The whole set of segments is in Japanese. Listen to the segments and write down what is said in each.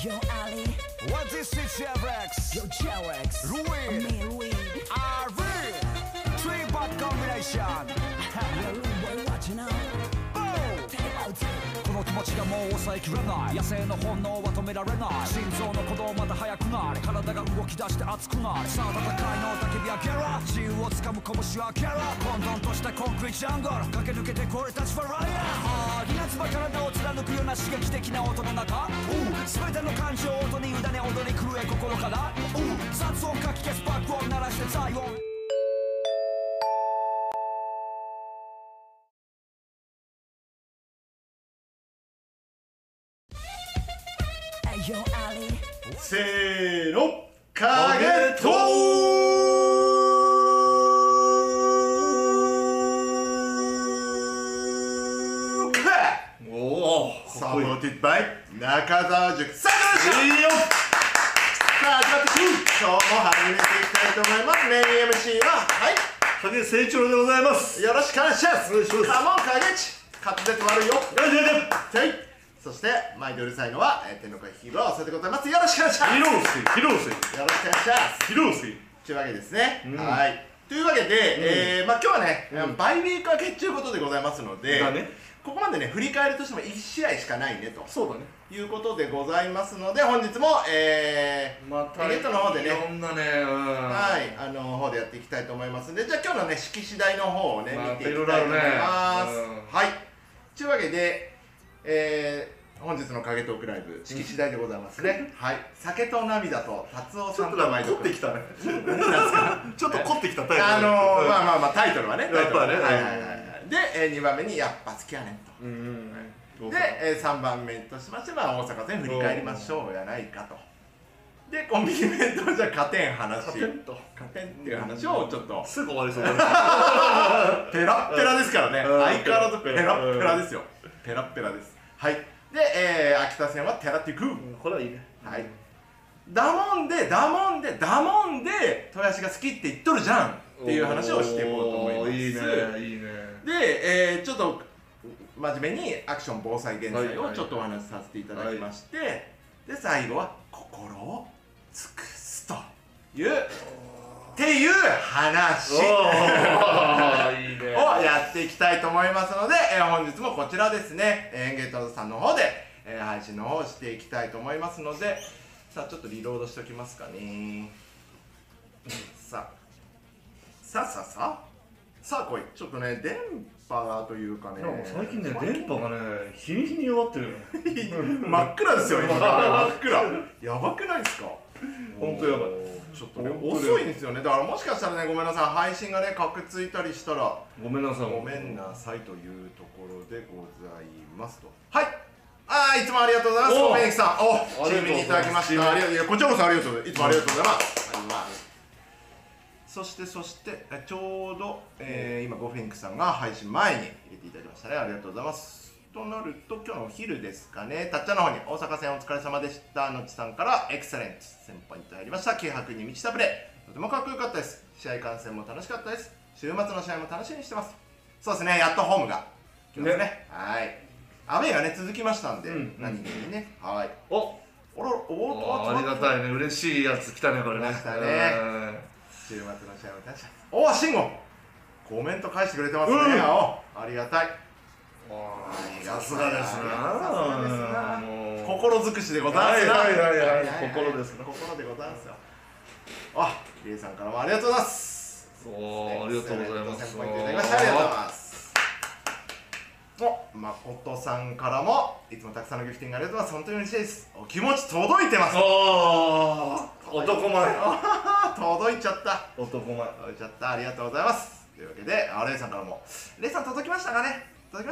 Yo, Ali. What is it, J-Rex? Yo, J-Rex. Ruin. Ruin. RV. Three bad combination. Yo, Ruin, watch now. Boom. Take it out. この気持ちがもう抑えきれない野生の本能は止められない心臓の鼓動また速くなれ体が動き出して熱くなれさあ戦いの焚き火開けろ自由をつかむ拳を開けろ混沌としたコンクリートジャングル駆け抜けてこれたちファライヤー稲妻体を貫くような刺激的な音の中全ての感情を音に委ね踊り狂え心から雑音かき消すバックを鳴らしてザイオン Yo, Ali. せーの影とおお、 サポーティッドバイ中澤塾さあいいよ。 始まって今日も始めていきたいと思いますメイン MC は影成長でございます。 よろしくお願いしますお願いしますカモン影地滑舌悪いよはいそして毎度うるさいのは天の声ヒーローさんでございますよろしくお願いします広瀬、広瀬、 よろしくお願いします広瀬。 というわけですね、はいというわけで、まあ今日はね、バイウィーク明けということでございますので、 だね。 ここまでね振り返るとしても1試合しかないねとそうだね。 いうことでございますので本日もまたネットの方でねいろんなね、 はい方でやっていきたいと思いますのでじゃあ今日のね式次第の方をね、 まあ見ていきたいと思います、 いろいろあるねはいというわけで本日の影トークライブ式次第でございますねはい酒と涙と達夫さんと凝毎度ってきたね。 何ですかちょっと凝ってきたタイプ。 まあタイトルはねやっぱねはいはいはいで、2番目にやっぱ好きやねんとで、3番目としましては大阪戦振り返りましょうやないかとでコンビニ弁当じゃ勝てん話勝てんと勝てんっていう話をちょっとすぐ終わりそうだね。 ペラッペラですからねうん相変わらずペラッペラですよペラッペラですはいで、秋田戦はテラティクこれはいいね。 はいだもんで豊橋が好きって言っとるじゃんっていう話をしていこうと思いますいいね、いいね。 で、ちょっと真面目にアクション防災減災をちょっとお話しさせていただきまして、で最後は心を尽くすというっていう話おーいいね。 をやっていきたいと思いますので、本日もこちらですねエンゲートさんの方で、配信の方をしていきたいと思いますのでさあちょっとリロードしておきますかねさあ来いちょっとね電波というかね最近ね、電波がね、日に日に弱ってるよね。 真っ暗ですよ今真っ暗やばくないですかほんとやばい。 ちょっとねほんとだよ遅いんですよねだからもしかしたらねごめんなさい配信がねカクついたりしたらごめんなさい。 ごめんなさいというところでございますとはいいつもありがとうございますフェニックスさんチームにいただきましたいやこちらこそありがとうございますいつもありがとうございますそしてちょうど、今ゴフェニックスさんが配信前に入れていただきましたねありがとうございますとなると今日のお昼ですかねたっちゃんの方に大阪戦お疲れ様でしたのちさんからエクセレント1000ポイント入りました気迫に満ちたプレーとてもかっこよかったです試合観戦も楽しかったです週末の試合も楽しみにしてますそうですねやっとホームが来ますねはい雨がね続きましたんで、何気にねはいありがたいね、嬉しいやつ来たね、これね。 来ましたね週末の試合も楽しみお慎吾コメント返してくれてますね、ありがたいさすがですな。 心尽くしでございますはい心ですな。 心でございますよリエさんからもありがとうございますそう、ありがとうございます。 1000ポイントいただきましたありがとうございます誠さんからもいつもたくさんのギフティングありがとうございます本当に嬉しいですお気持ち届いてます男前。 届いちゃった男前。 届いちゃったありがとうございますというわけでレイさんからもレイさん届きましたかね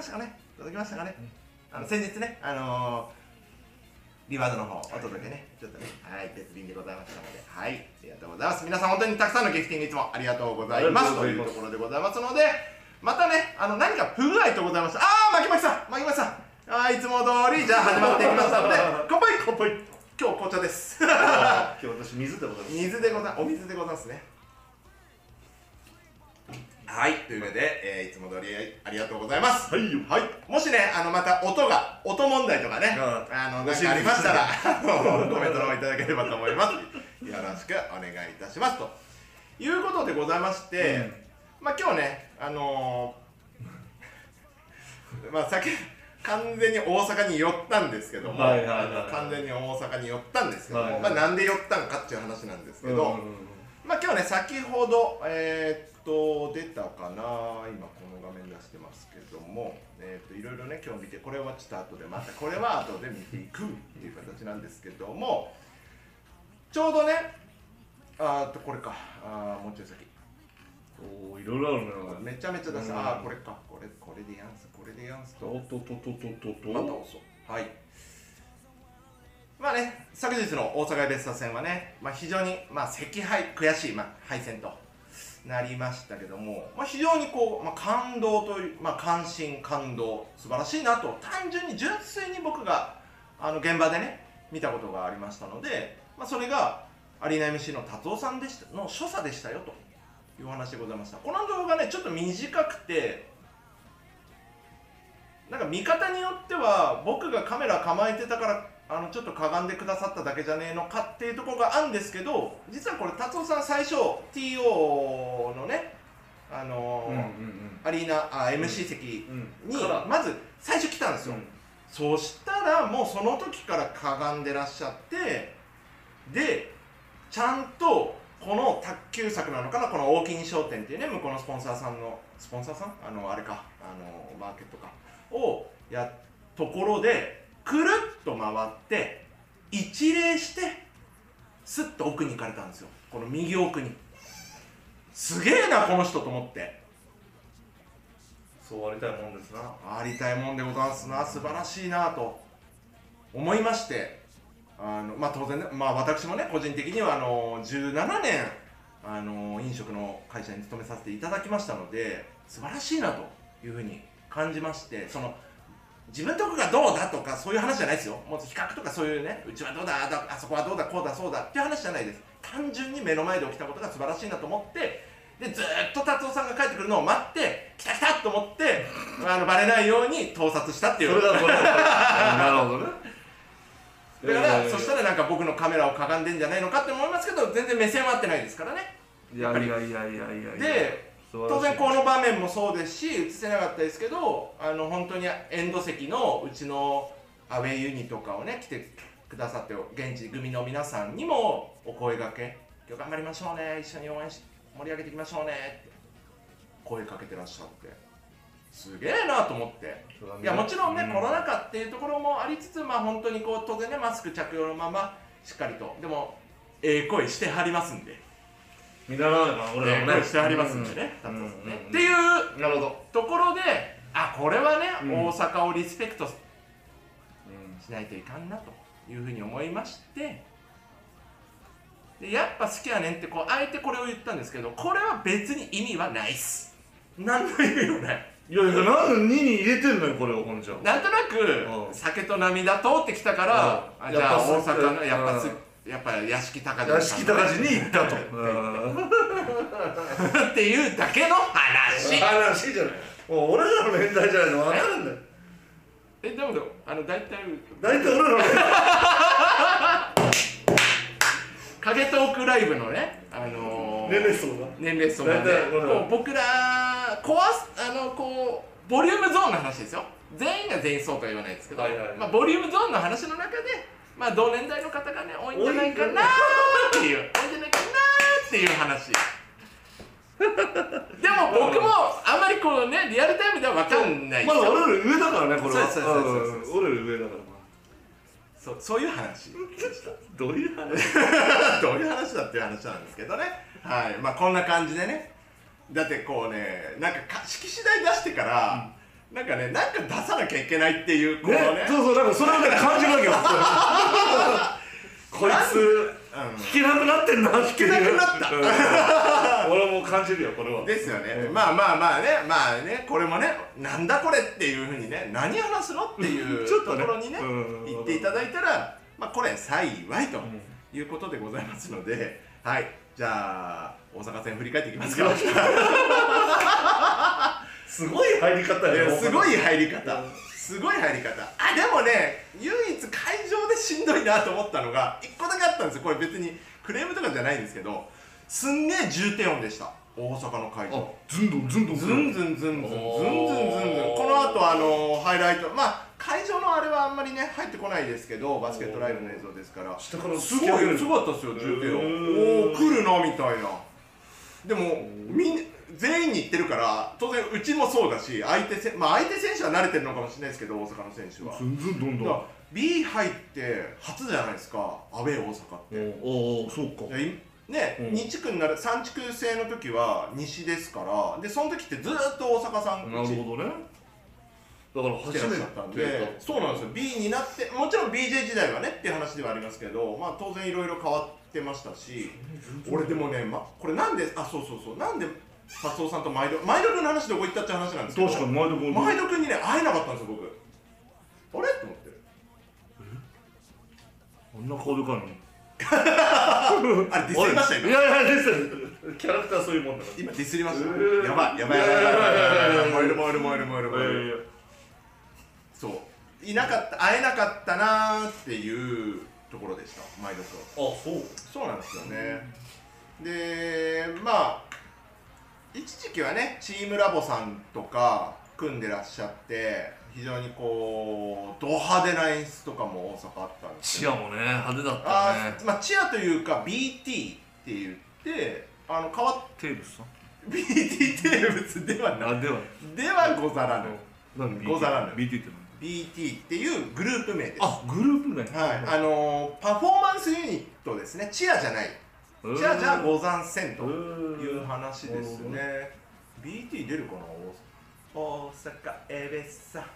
先日ねリワードの方お届けねちょっとね別便でございましたのでありがとうございます皆さん本当にたくさんのギフティングいつもありがとうございますというところでございますのでまたね何か不具合とございましたマキマキさんいつも通りじゃあ始まっていきましたので乾杯今日紅茶です今日私水でございます。 お水でございますねはい、というわけで、いつも通りありがとうございます。 はいよ。 はい、もしね、また音問題とかね、なんかありましたら、コメントの方いただければと思います。よろしくお願いいたします。ということでございまして、まあ今日ね、まあ完全に大阪に寄ったんですけども、完全に大阪に寄ったんですけども、まあなんで寄ったんかっていう話なんですけど、まあ今日ね、先ほど、出たかな、今この画面出してますけども、いろいろね、今日見て、これはちょっと後で、またこれは後で見ていくっていう形なんですけども、ちょうどね、これか、もうちょい先。 おー、いろいろあるね。 めちゃめちゃ出した。これか、これでやんす、これでやんすと。 また遅い。はい。まあね、昨日の大阪ベスト戦はね、まあ非常に、まあ惜敗、悔しい、まあ敗戦となりましたけども、まあ非常にこう、まあ感動という、まあ関心、感動、素晴らしいなと、単純に純粋に僕が、現場でね、見たことがありましたので、まあそれが、アリーナ MC の達夫さんの所作でしたよというお話でございました。この動画ね、ちょっと短くて、なんか見方によっては、僕がカメラ構えてたから、ちょっとかがんでくださっただけじゃねえのかっていうところがあるんですけど、実はこれ達夫さん最初 TO のねアリーナMC 席にまず最初来たんですよ。そしたらもうその時からかがんでらっしゃって、でちゃんとこの卓球作なのかな、この大木商店っていうね、向こうのスポンサーさんあれか、マーケットかをところでくるっと回って一礼してスッと奥に行かれたんですよ。この右奥に。すげえなこの人と思って、 そうありたいもんですな。 ありたいもんでございますな。素晴らしいなと思いまして、まあ当然ね、まあ私もね個人的には17年飲食の会社に勤めさせていただきましたので、素晴らしいなというふうに感じまして、自分とこがどうだとかそういう話じゃないですよ。もう比較とかそういうね、うちはどうだ、あそこはどうだ、こうだそうだっていう話じゃないです。単純に目の前で起きたことが素晴らしいなと思って、でずーっと達夫さんが帰ってくるのを待って、来た来たと思ってバレないように盗撮したっていう。 それがこれなるほどね。 だからそしたらなんか僕のカメラをかがんでんじゃないのかって思いますけど、全然目線は合ってないですからね。 いやで当然この場面もそうですし、映せなかったですけど、本当にエンド席のうちのアウェイユニとかをね来てくださって、現地組の皆さんにもお声掛け、今日頑張りましょうね、一緒に応援して盛り上げていきましょうねって声かけてらっしゃって、すげえなと思って。いやもちろんね、コロナ禍っていうところもありつつ、まあ本当にこう当然ねマスク着用のまましっかりと、でも声してはりますんで、 見習わないかな、俺らもね。 声してはりますんでね、達夫さんねっていうなるほどところで、これはね、大阪をリスペクトしないといかんなというふうに思いまして、でやっぱ好きやねんってこうあえてこれを言ったんですけど、これは別に意味はないっす。何の意味もない。 いやいや、なんで2に入れてんのよこれを。ほんじゃなんとなく酒と涙通ってきたから、じゃあ大阪のやっぱ屋敷高地に行ったとっていうだけの話じゃない。もう俺らの年代じゃないの分かるんだよ。 でも大体俺らの影トークライブのね、 年齢層がね、こう僕らこうボリュームゾーンの話ですよ。全員が全員そうとは言わないですけど、まあボリュームゾーンの話の中で、まあ同年代の方がね多いんじゃないかなーっていう話。でも僕もあんまりこうねリアルタイムでは分かんないですよ。 まだ俺ら上だからね、これは。 そう俺ら上だから。 そういう話でした。 どういう話どういう話だっていう話なんですけどね。はい、まあこんな感じでね。だってこうね、なんか式次第出してから、なんかね、なんか出さなきゃいけないっていうこうね。 そうなんかそれをね感じるわけよ。こいつ弾けなくなってんなっていう。 弾けなくなった。 俺も感じるよこれは。 ですよね。まあね、これもね、なんだこれっていうふうにね、何話すのっていうところにね言っていただいたら、まあこれ幸いということでございますので、はい、じゃあ大阪戦振り返っていきますか。 すごい入り方やよ。 すごい入り方、すごい入り方。あ、でもね、唯一会場でしんどいなと思ったのが1個だけあったんですよ。これ別にクレームとかじゃないんですけど、すんげえ重低音でした。大阪の会場。 ズンドンズンドンズンズンズンズンズンズンズン。この後ハイライト、まあ会場のあれはあんまりね入ってこないですけど、バスケットライブの映像ですから、 下からすごいすごかったですよ、重低音。おお、来るなみたいな。でも全員に言ってるから、当然うちもそうだし、相手選手は慣れてるのかもしれないですけど、大阪の選手はズンズンドンドン。 B 入って初じゃないですか、アウェー大阪って。 おお、そうかね、2地区になる3地区制の時は西ですから、でその時ってずーっと大阪さんなるほどね。だから来てらっしゃったんで、そうなんですよ。 B になって、もちろん BJ 時代はねっていう話ではありますけど、まあ当然いろいろ変わってましたし、俺でもね、これなんで、そうなんでパスオさんと毎度君の話どこ行ったって話なんですけど、 確かに毎度君にね会えなかったんですよ僕。あれと思って、 あんな顔でかいのにあれディスりました今。 いやディスる、キャラクターそういうもんだから。 今ディスりました。やばい燃えるそう、会えなかったなーっていうところでした、毎度と。そうなんですよね。で、まあ一時期はねチームラボさんとか組んでらっしゃって、非常にこうド派手な演出とかも大阪あったんですチアもね派手だったね。 まあチアというか BT って言って変わっテーブスさん BT テーブスではない、ではござらぬ。ござらぬ。 BT って何？ BT っていうグループ名です。 あ、グループ名。 はい、パフォーマンスユニットですね。チアじゃない。チアじゃござんせんという話ですね。BT 出るかな、大阪エベッサ。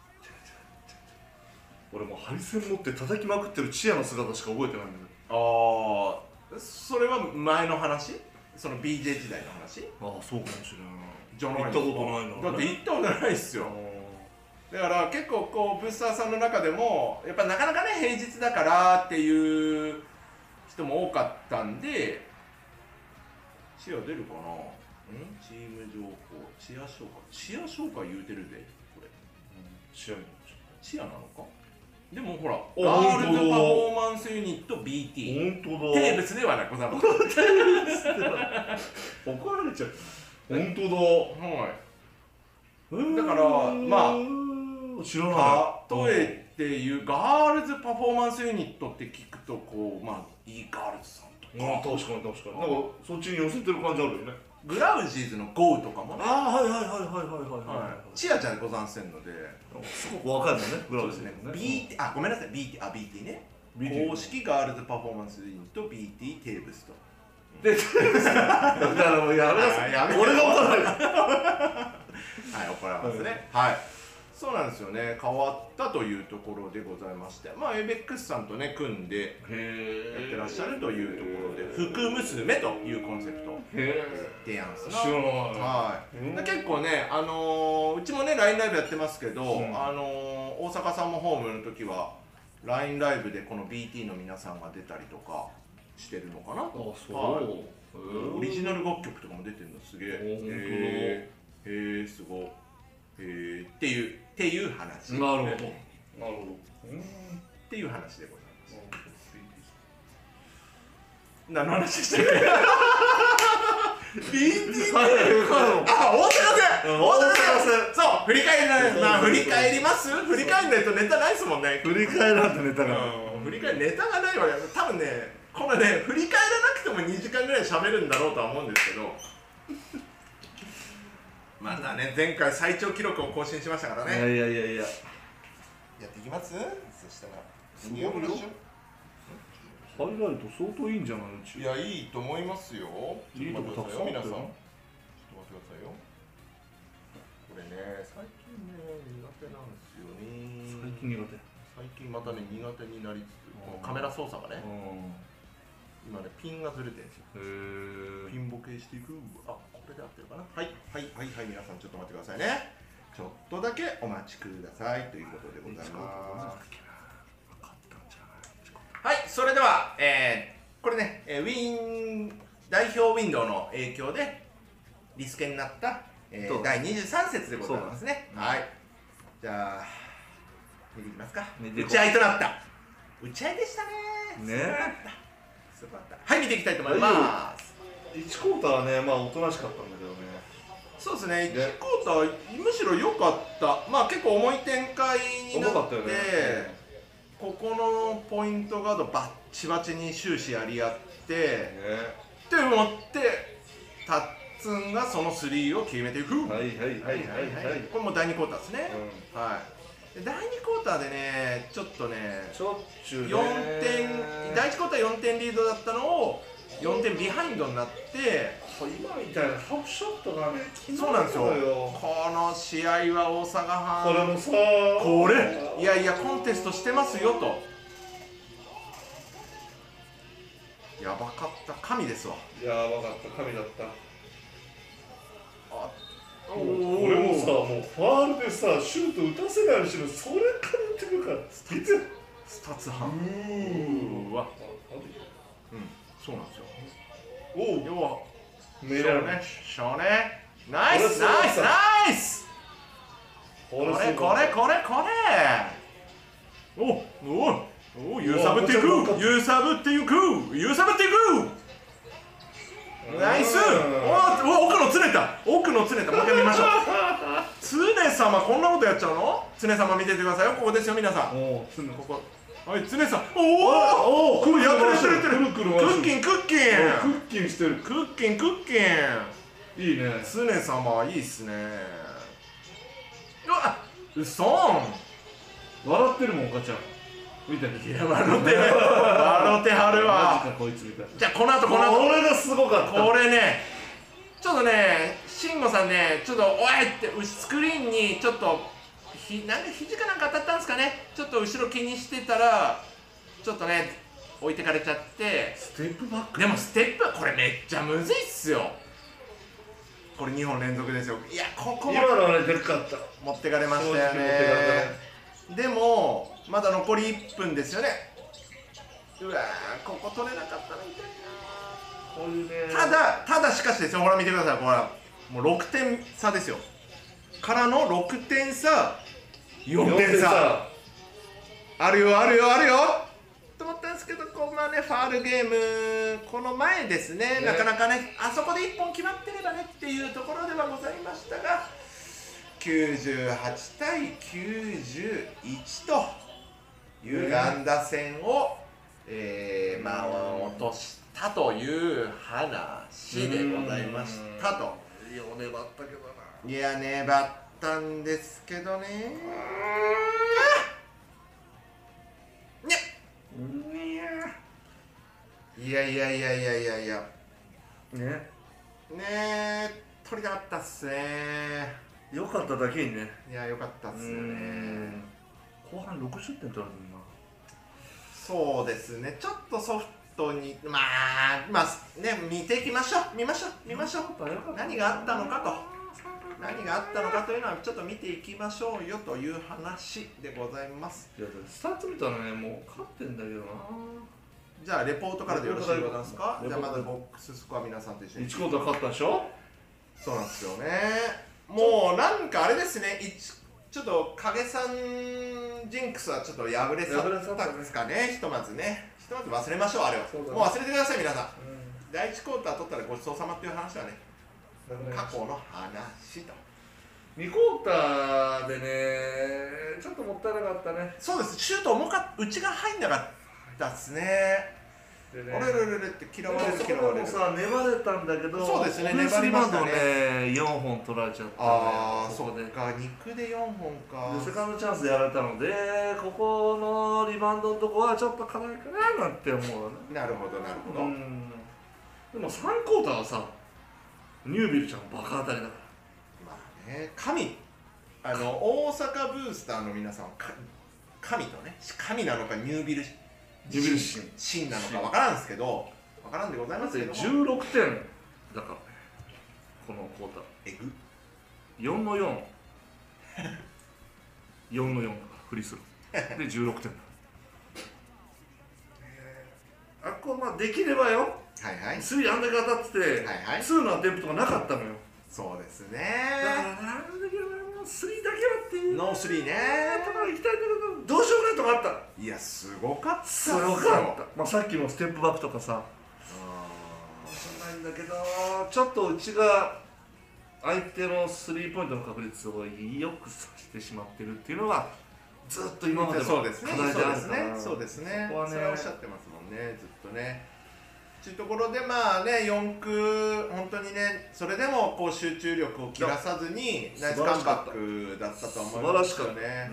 俺もうハリセン持って叩きまくってるチアの姿しか覚えてないんだけど。それは前の話？その BJ 時代の話？ そうかもしれないな。 じゃない行ったことないな。 だって行ったことないっすよ。だから結構こうブースターさんの中でもやっぱなかなかね平日だからっていう人も多かったんで、チア出るかな。チーム情報、チア紹介言うてるでこれ。チアなのか。でもほら、ガールズパフォーマンスユニット BT。 本当だ。 テーブスではなくございます。 怒られちゃう。本当だ。 はい。だからまあ知らない。 例えっていうガールズパフォーマンスユニットって聞くとこうまあいいガールズさんとか。 確かになんかそっちに寄せてる感じあるよね。 グラウジーズのゴーとかもね。 はい。 チアじゃござんせんので。 すごくわかるのね。グラウジーズね。 BT、ごめんなさい、BT ね。公式ガールズパフォーマンスユニット BT テーブスと。 だからもうやめなさい。俺が怒られる。はい、怒られますね。はい。そうなんですよね。変わったというところでございまして、まあエイベックスさんとね組んでやってらっしゃるというところで、福娘というコンセプト提案する。はい。結構ね、うちもね LINE ライブやってますけど、大阪さんもホームの時は LINE ライブでこの BT の皆さんが出たりとかしてるのかな。オリジナル楽曲とかも出てるのすげえ。へえ、すごい。っていう話。 なるほど。 っていう話でございます。何の話でしたっけ？ BT 大阪戦。そう、振り返ります？振り返んないとネタないですもんね。 振り返らんとネタが。 ネタがないわけ。多分ね、このね、振り返らなくても2時間ぐらい喋るんだろうとは思うんですけど。まだね、前回最長記録を更新しましたからね。 いや。 やっていきます？そしたら。 すごいよ。ハイライト相当いいんじゃないの？ いや、いいと思いますよ。 いいとこたくさんあったよ。 皆さん。ちょっと待ってくださいよ。これね、最近ね、苦手なんですよね。最近またね、苦手になりつつ、このカメラ操作がね。今ね、ピンがずれてるんですよ。ピンボケしていく。これで合ってるかな。はい、皆さんちょっと待ってくださいね。ちょっとだけお待ちくださいということでございます。はい、それでは、これね、代表ウィンドウの影響でリスケになった第23節でございますね。はい。じゃあ見ていきますか。打ち合いとなった。打ち合いでしたね。 ね。 すごかった。はい、見ていきたいと思います。 1クォーターはね、まあおとなしかったんだけどね。 そうですね。1クォーターむしろ良かった。まあ結構重い展開になって、ここのポイントガードバッチバチに終始やり合って、って思ってタッツンがその3を決めていく。 はいはいはいはいはい。 これも第2クォーターですね。はい。第2クォーターでね、ちょっとね、 ちょっちゅうね、 4点、第1クォーター4点リードだったのを4点ビハインドになって、 今みたいなハーフショットがね、 そうなんですよ。この試合は大阪藩、 これもさ、 これいやいやコンテストしてますよと。やばかった、神ですわ。 やばかった、神だった。 俺もさ、もうファールでさ、シュート打たせないしろ、それから打ってくるから見て、 スタッツ班。わ、そうなんですよ。 おう、 要はメラね、しょうね、ナイスナイスナイス。これこれこれこれ。お、揺さぶっていく、揺さぶっていく、揺さぶっていく。ナイス。お、奥のつねた、奥のつねた。もう一回見ましょう。つね様こんなことやっちゃうの？つね様見ててくださいよ。ここですよ皆さん。ここ。はい、つねさん。おお、これやってるしてるクッキンクッキンクッキンしてる。 クッキンクッキン。いいね。つね様いいっすね。うわ、うそん。 笑ってるもん、おかちゃん。見ていや、笑ってはるわ。 マジかこいつみたいな。 じゃあこの後これがすごかった。 これね、ちょっとね、慎吾さんね、ちょっとおいってスクリーンにちょっとなんで肘かなんか当たったんですかね。ちょっと後ろ気にしてたらちょっとね置いてかれちゃって。 ステップバック。 でもステップこれめっちゃむずいっすよ。これ2本連続ですよ。いや、ここも今のはね、でかかった。 持ってかれましたよね。でもまだ残り1分ですよね。うわー、ここ取れなかったら痛いな。 こういうね、 ただしかしですよ、ほら見てください。これもう6点差ですよ。からの6点差、4点差あるよあるよあるよと思ったんですけど、こうまあね、ファールゲームこの前ですね、なかなかね、あそこで1本決まってればねっていうところではございましたが、98対91というガンダ戦をまあ落としたという話でございましたと。 いや、粘ったけどな。 いや、粘ったんですけどね。いやいやいやいやいやいやねえ、取りたかったっすね。 よかっただけにね。 いや、よかったっすよね。 後半60点取られてるな。 そうですね、ちょっとソフトにまあね、見ていきましょう。見ましょう。何があったのかというのはちょっと見ていきましょうよという話でございます。 いや、スタッツ見たらね、もう勝ってんだけどな。 じゃあレポートからでよろしいでございますか。じゃあまだボックススコア皆さんと一緒に。 1クォーター勝ったでしょ。 そうなんですよね。もうなんかあれですね、ちょっと影さんジンクスはちょっと破れ去ったんですかね。ひとまず忘れましょう。あれをもう忘れてください皆さん。第1クォーター取ったらごちそうさまっていう話はね、過去の話と。 2クォーターでね、ちょっともったいなかったね。 そうです、シュート内が入んなかったですね。あれれれれって嫌われる。 そこでもさ、粘れたんだけど、 そうですね、 粘りましたね。4本取られちゃったね。 ああ、そうか、肉で4本か。 でセカンドチャンスでやられたので、ここのリバウンドのとこはちょっと課題かななんて思うよね。 なるほどなるほど。 でも3クォーターはさ、ニュービルちゃんバカ当たりだから。 まあね、大阪ブースターの皆さんは神とね、神なのかニュービルシンなのか分からんですけど、分からんでございますけども、 16点だからね、このクォーター。 えぐ 4の4 4の4だからフリースローで16点だ。あっこまあできればよ、 はいはい、 3あんだけ当たってて、2のアテンプトがなかったのよ。 そうですだかね。 らなんだけどもう3だけはっていうノースリーね。 ところ行きたいんだけどどうしようもないとこあったいやすごかったっすごかった、まあ、さっきのステップバックとかさじゃないんだけどちょっとうちが相手のスリーポイントの確率を良くさせてしまってるっていうのはずっと今までのそうですね。 課題であるからそうですね。 そこはねそれはおっしゃってますもんね。ずっとね。というところでまあね4区本当にねそれでもこう集中力を切らさずにナイスカムバックだったと思いますよね。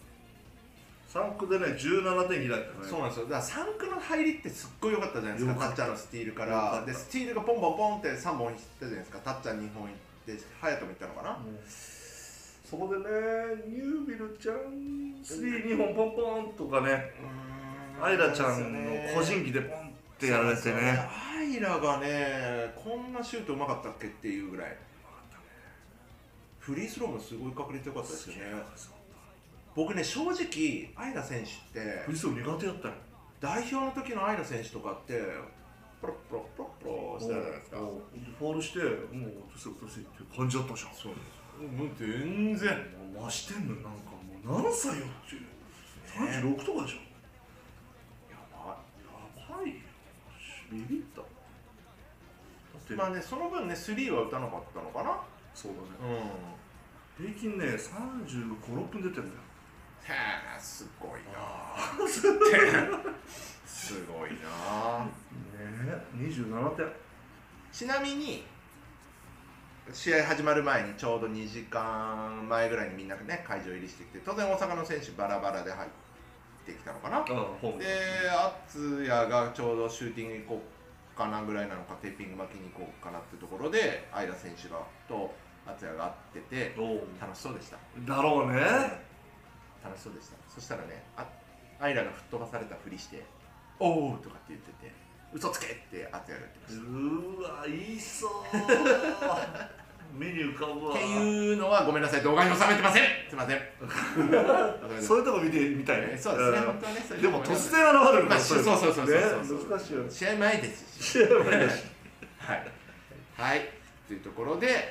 3区でね17点開いたね。 そうなんですよ。だから3区の入りってすっごい良かったじゃないですか。タッチャーのスティールかよからったでスティールがポンポンポンって3本いったじゃないですか。タッチャー2本いって隼人もいったのかな。 そこでねニュービルちゃん2本ポンポンとかねアイラちゃんの個人技でポンってやられてね。 アイラがねこんなシュートうまかったっけっていうぐらい。フリースローもすごい確率良かったですよね。僕ね正直アイラ選手ってフリースロー苦手やったよ。 代表の時のアイラ選手とかってプロプロプロプロしてたじゃないですか。 ファールしてもう落とせ落とせっていう感じだったじゃん。 そうです。もう全然増してんのなんかもう何歳よっていう36とかでしょ。 やばやばいよビビった。だってい。まあねその分ね3は打たなかったのかな。 そうだね、平均ね35、6分出てるんだよ。 へえすごいなすごいなねえ27点。 ちなみに試合始まる前にちょうど2時間前ぐらいにみんなね会場入りしてきて当然大阪の選手バラバラで入ってきたのかな。で敦也がちょうどシューティング行こうかなぐらいなのかテーピング巻きに行こうかなってところで相田選手がと敦也が会ってて楽しそうでした。 だろうね。 楽しそうでした。そしたらねアイラが吹っ飛ばされたふりして「おう!」とかって言ってて「嘘つけ!」って敦也が言ってました。 うわ言いそう目に浮かぶわっていうのはごめんなさい動画に収めてません。すいませんそういうとこ見てみたいね。 そうですね本当はね。 でも突然現れるからそう難しいよね。 試合前ですし試合前だしはいというところで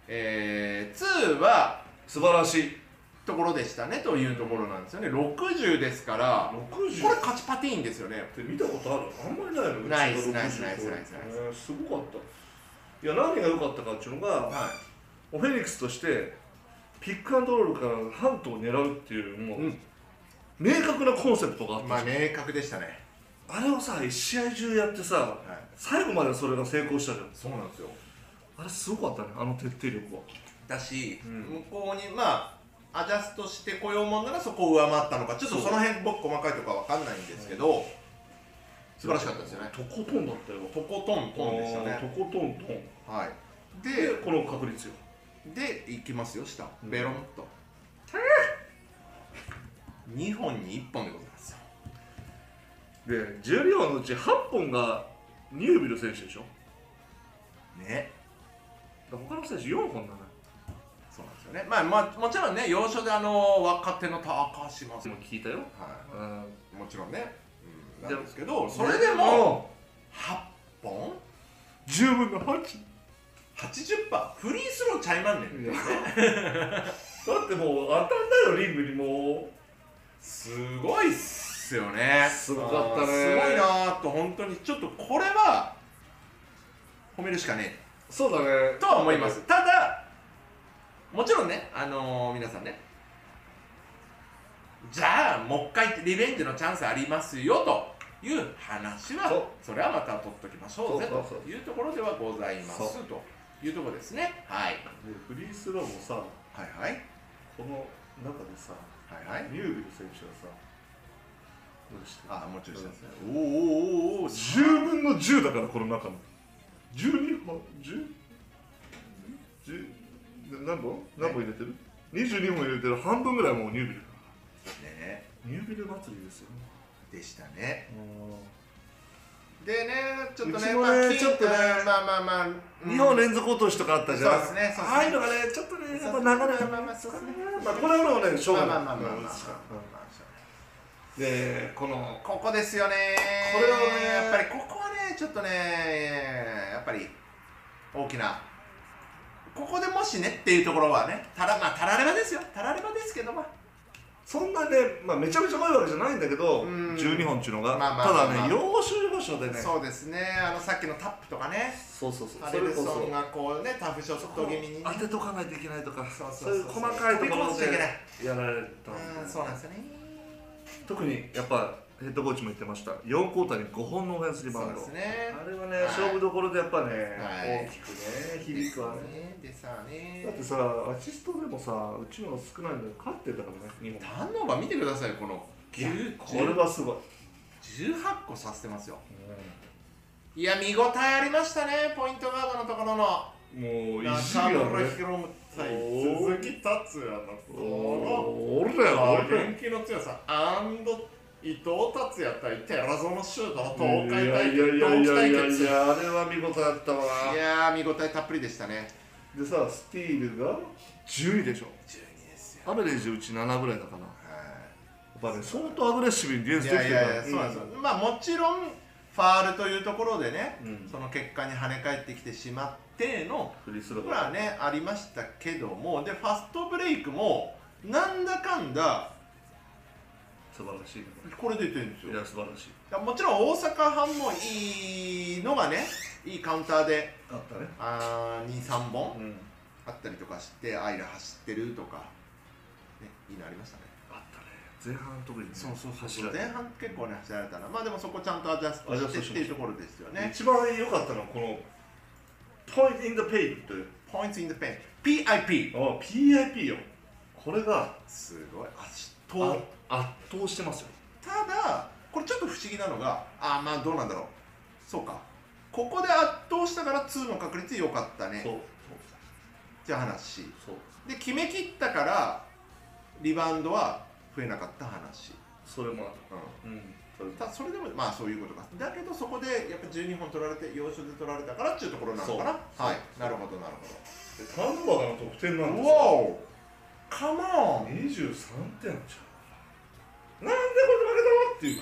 2は素晴らしいところでしたねというところなんですよね。60ですから 60 これ勝ちパティーンですよね。 って見たことある？あんまりないの。 ナイスナイスナイスナイスすごかった。いや何が良かったかっていうのが、 はフェニックスとしてピックアンドロールからハントを狙うっていうもう、明確なコンセプトがあっい。 たじゃん。 明確でしたね。 あれをさ1試合中やってさ、最後までそれが成功したじゃん。 そうなんですよ。 あれすごかったねあの徹底力は。 だし、向こうにまあアジャストしてこようもんならそこを上回ったのかちょっとその辺僕細かいところは分かんないんですけど、素晴らしかったですよね。 とことんだったよ。 とことんトンでしたね。 とことんトン。 はい。 でこの確率よ。 でいきますよ下ベロンと、2本に1本でございますよ。 で12本のうち8本がニュービル選手でしょ。 ね。 他の選手4本だね。 そうなんですよね。まあもちろんね要所で若手の高島さんも聞いたよ。 はい、もちろんね、 でなんですけどそれでも8本 10分の8。 80%フリースローちゃいまんねんってね。 だってもう当たんないよリングにもう。 すごいっすよね。 すごかったね。 すごいなーと本当にちょっとこれは褒めるしかねえそうだねとは思います。ただもちろんね皆さんねじゃあもう一回リベンジのチャンスありますよという話はそれはまた取っときましょうぜというところではございますというところですね。はい。 でフリースローもさ、 はいはいこの中でさ、 はいはいニュービル選手はさどうしてもうちょいしたんですね。おお 10分の10だからこの中の12本何本入れてる？22本入れてる半分ぐらいもうニュービルねニュービル祭りですよ。 でしたね。でねちょっとねうちもねちょっとねまあ 2本連続落としとかあったじゃん。 そうですねああいうのがねちょっとねやっぱ流れがそうですね。 まあこれはねしょうがない。でここですよね。 これはねやっぱりここはねちょっとねやっぱり大きなこここでもしねっていうところはね、たらればですよ、たらればですけど、 そんなね、めちゃめちゃうまいわけじゃないんだけど、12本っていうのが、ただね、要所要所でね、 そうですね、さっきのタップとかね、 そうハレルソンがこうね、タフショット気味にね、 当てとかないといけないとか、 そういう細かいところでやられたん、そうなんですよね。 特にやっぱヘッドコーチも言ってました、4クォーターに5本のオフェンスリバウンド、 そうですね、 あれはね、勝負どころでやっぱね、 はい大きくね、響くわね。 でさね、 だってさ、アシストでもさ、うちの少ないんだよ、勝ってたからね、日本。 ターンオーバー見てください、このこれはすごい。 18個させてますよ。いや、見応えありましたね、ポイントガードのところの。 もう、意地が中村ね。 宏夢対鈴木達也のこ俺らよ、 の俺らよ。 元気の強さ、伊藤達也対寺園シュートの東海いやい対決、 やいやいやいや同期対決。 いや、あれは見事だったわ。 いやー、見応えたっぷりでしたね。 でさ、スティールが10位でしょ。 12ですよ。 アベレージうち7ぐらいだから。やっぱね、相当アグレッシブにディフェンスいできてるから。 やいやいや、そうなんですよ。もちろんファールというところでね、 うんその結果に跳ね返ってきてしまってのフリースローこれはねありましたけども、でファストブレイクもなんだかんだ素晴らしい。 これで出てるんですよ。 いや、素晴らしい。 もちろん大阪藩もいいのがね、いいカウンターであったね。 2、3本うん。 あったりとかして、アイラ走ってるとか、ね、いいのありましたね。 あったね。前半特にね、走られ前半結構ね走られたな。でもそこちゃんとアジャストしてっていうところですよね。 一番良かったのはこのポイントインダペインというポイントインダペイン PIP。 PIP よ。これがすごい圧倒してますよ。 ただこれちょっと不思議なのが、どうなんだろう、そうか、ここで圧倒したから2の確率良かったねそうっていう話そうで、決めきったからリバウンドは増えなかった話、 それもあっうん、 た。うん。 それでもそういうことか。だけどそこでやっぱ12本取られて要所で取られたからっていうところなのかな。 そうはい、なるほどなるほでターンオーバーの得点なんど。 ですよ。 おお、カモン。 23点じゃん。なんでこれで負けたのっていう。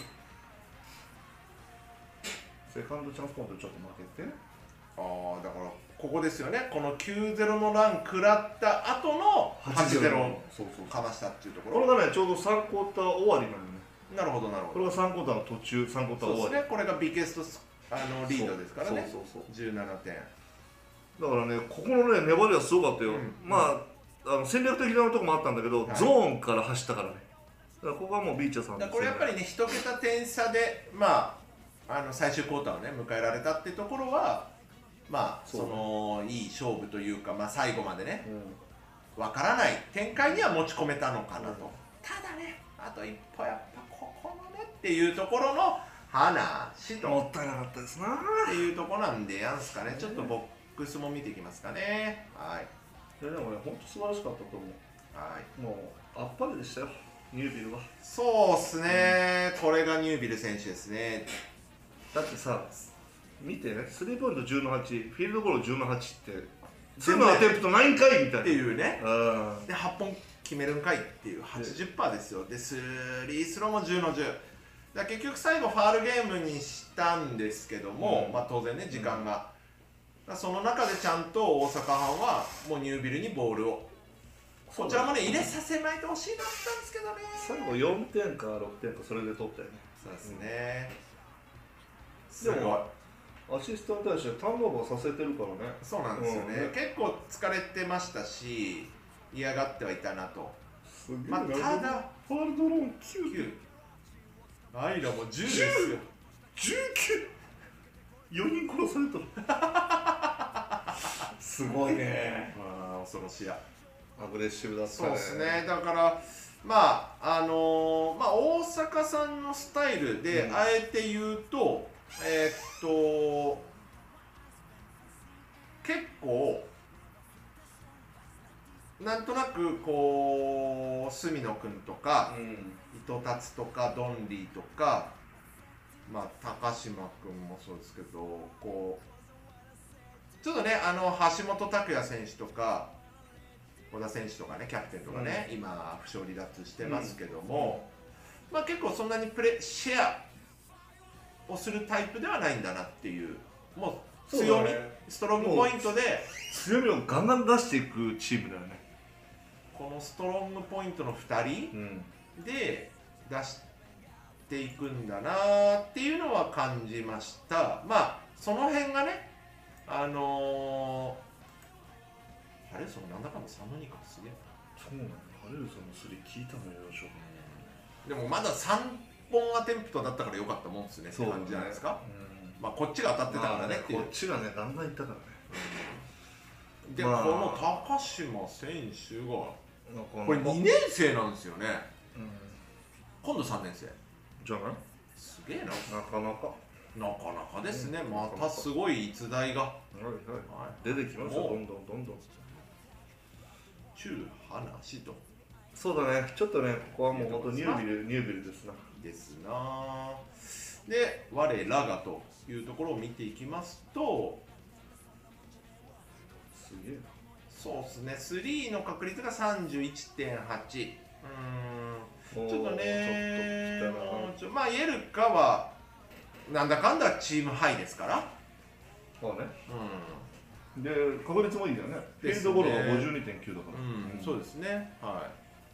セカンドチャンスポイントちょっと負けて。 だからここですよね、この 9-0 のラン食らった後の 8-0 そうそう。 かましたっていうところ。 これがね、ちょうど3クォーター終わりなのね。 なるほどなるほど。 これが3クォーターの途中、3クォーター終わり。 そうですね、これがビゲストリードですからね。 そうそうそう。 17点。 だからね、ここのね、粘りはすごかったよ。戦略的なとこもあったんだけど、 はいゾーンから走ったからね。だからここはもうビーチャーさんだからこれやっぱりね、1桁点差で、最終クォーターをね、迎えられたっていうところは、いい勝負というか、最後までね、わからない展開には持ち込めたのかなと。ただね、あと一歩やっぱここのねっていうところの話ともったいなかったですな。 っていうところなんでやんすかね。ちょっとボックスも見ていきますかね。はい。 いやでもね、本当素晴らしかったと思はい。 う。もう、あっぱれでしたよ、ニュービルは。 そうっすね、これがニュービル選手ですね。 だってさ、見てね、スリーポイント17、フィールドゴール17って、全部アテンプトないんかいみたいな。 っていうね。 うん。 で、8本決めるんかいっていう 80% ですよ。で、スリースローも10の10。だ結局最後ファールゲームにしたんですけども、当然ね、時間が。その中でちゃんと大阪藩はもうニュービルにボールを。こちらもね、入れさせまいてほしいなったんですけどね。 最後4点か6点かそれで取ったよね。 そうですね。すでごい。 もアシストに対してターンオーバーさせてるからね。 そうなんですよね、 うん結構疲れてましたし、嫌がってはいたなと。 すげえただ、 ファールドローン9。 9、アイラも10ですよ。 19!4 人殺されたすごいね。 恐ろしや。 アグレッシブだったね。 そうですね、だから大阪さんのスタイルで、あえて言うと結構なんとなくこう隅野君とか、伊藤達とかドンリーとか、高島君もそうですけど、こうちょっとね、橋本拓也選手とか小田選手とかね、キャプテンとかね、今負傷離脱してますけども、結構そんなにシェアをするタイプではないんだなっていう、もう強み、 そうだねストロングポイントで強みをガンガン出していくチームだよね。 このストロングポイントの2人うんで出していくんだなっていうのは感じました。まあその辺がねあれそのなんだかんだ3の2かすげえ。 そうなんだ。ハレルソンのスリー聞いたのよ、しょ。 でもまだ3本アテンプトだったから良かったもんですねってそうだね感じじゃないですか。 うんまあこっちが当たってたからねっていう。 こっちがね、ガンガンいったからね。 で、 まあこの高島選手がここれ2年生なんですよね。 うん今度3年生。 じゃないすげえな。 なかなか。 なかなかですね。 うんまたすごい逸材が。 はいはい。 はい出てきますよ、 もうどんどんどんどん。 中話と。 そうだね、ちょっとね、ここはもう本当ニュービルですな。 ですなあ。で、我らがというところを見ていきますと、 すげえな。 そうですね、3の確率が 31.8。ちょっとね、 ちょっと来たな。 まあ、イエルカはなんだかんだチームハイですから、 そうね。 うで、確率もいいんだよね。フィーですねルドゴールが 52.9 だから。 ん、そうですね、はい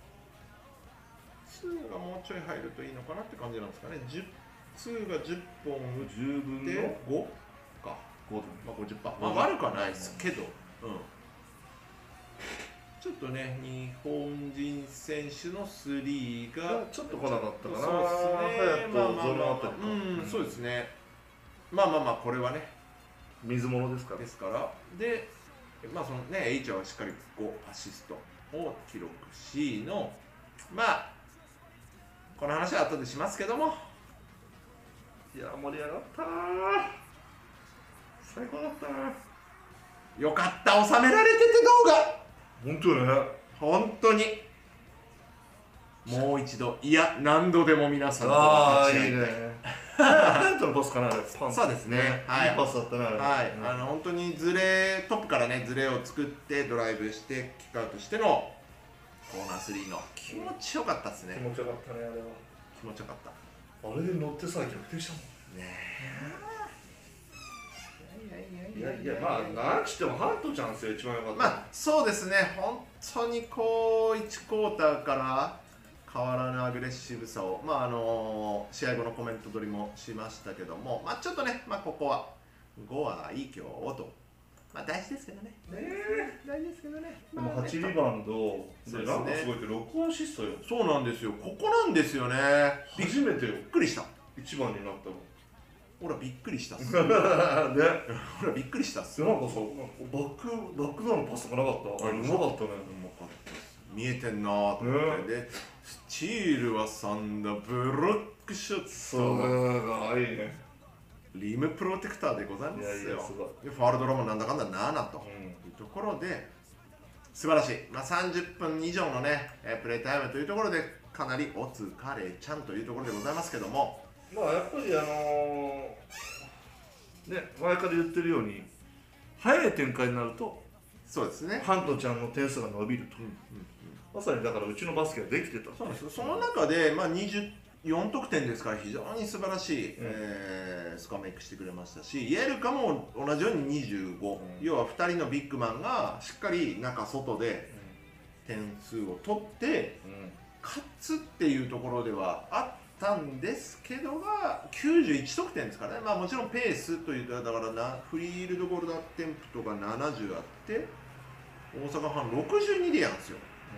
。2がもうちょい入るといいのかなって感じなんですかね。2が10本打っ 10分のて5か、 5だね。 まあ、50%、まあ、悪くはないですけど、ちょっとね、日本人選手の3がちょっと来なかったかな。 そうですね、 早くゾロあたりか。 そうですね、まあまあまあ、これはね、 水物ですから。 ですから、で、まあそのね、H はしっかり5アシストを記録しの、まあ、この話は後でしますけども、 いや、盛り上がったー。最高だったな。 よかった、収められてて動画、 本当よね。 本当に。もう一度、いや、何度でも皆さんとああ、いいね。 間違えて。 ハヤトのパスかな、あれ。パンそうですねはいいいパスだったね、あれ。 はい、 うん本当にズレ、トップからね、ズレを作ってドライブしてキックアウトしてのコーナー3の気持ちよかったですね。 気持ちよかったね、あれは。 気持ちよかった。 あれで乗ってさ、逆転したもん。 ねいやいや、まあ、なんちってもハントちゃんですよ、一番良かった。 まあそうですね、本当にこう1クォーターから変わらぬアグレッシブさを、まあ試合後のコメント取りもしましたけども、まあちょっとね、まあここは5はいい今日と、まあ大事ですけどね。大事ですけどね。 でもまあね 8リバウンド、 そうですねなんかすごいって6アシストよ。 そうなんですよ、ここなんですよね。びっ初めてよ、 くりした。 一番になったの。 ほらびっくりしたっす。 で、 ほらびっくりしたっす。 なんかさ、バックダウンのパスとかなかった。あれ、うまかったね。 うまかったです。見えてんなーと思って、でスチールは3だ、ブロックショッそトれがいいね。 リムプロテクターでございますよ。 いやいやすごいでファウルドローもなんだかんだ7とうんいうところで素晴らしい、まあ、30分以上のねプレータイムというところでかなりお疲れちゃんというところでございますけども、 まあやっぱりね、前から言ってるように早い展開になるとそうですね、 ハントちゃんの点数が伸びると、まさにだからうちのバスケはできてた。 そうですよ。その中で、まあ、24得点ですから非常に素晴らしい、スコアメイクしてくれましたし、イエルカも同じように25、要は2人のビッグマンがしっかり中外で点数を取って勝つっていうところではあったんですけどが91得点ですからね、まあ、もちろんペースというだからなフリールドゴールドアテンプトが70あって大阪ファン62でやるんですよ。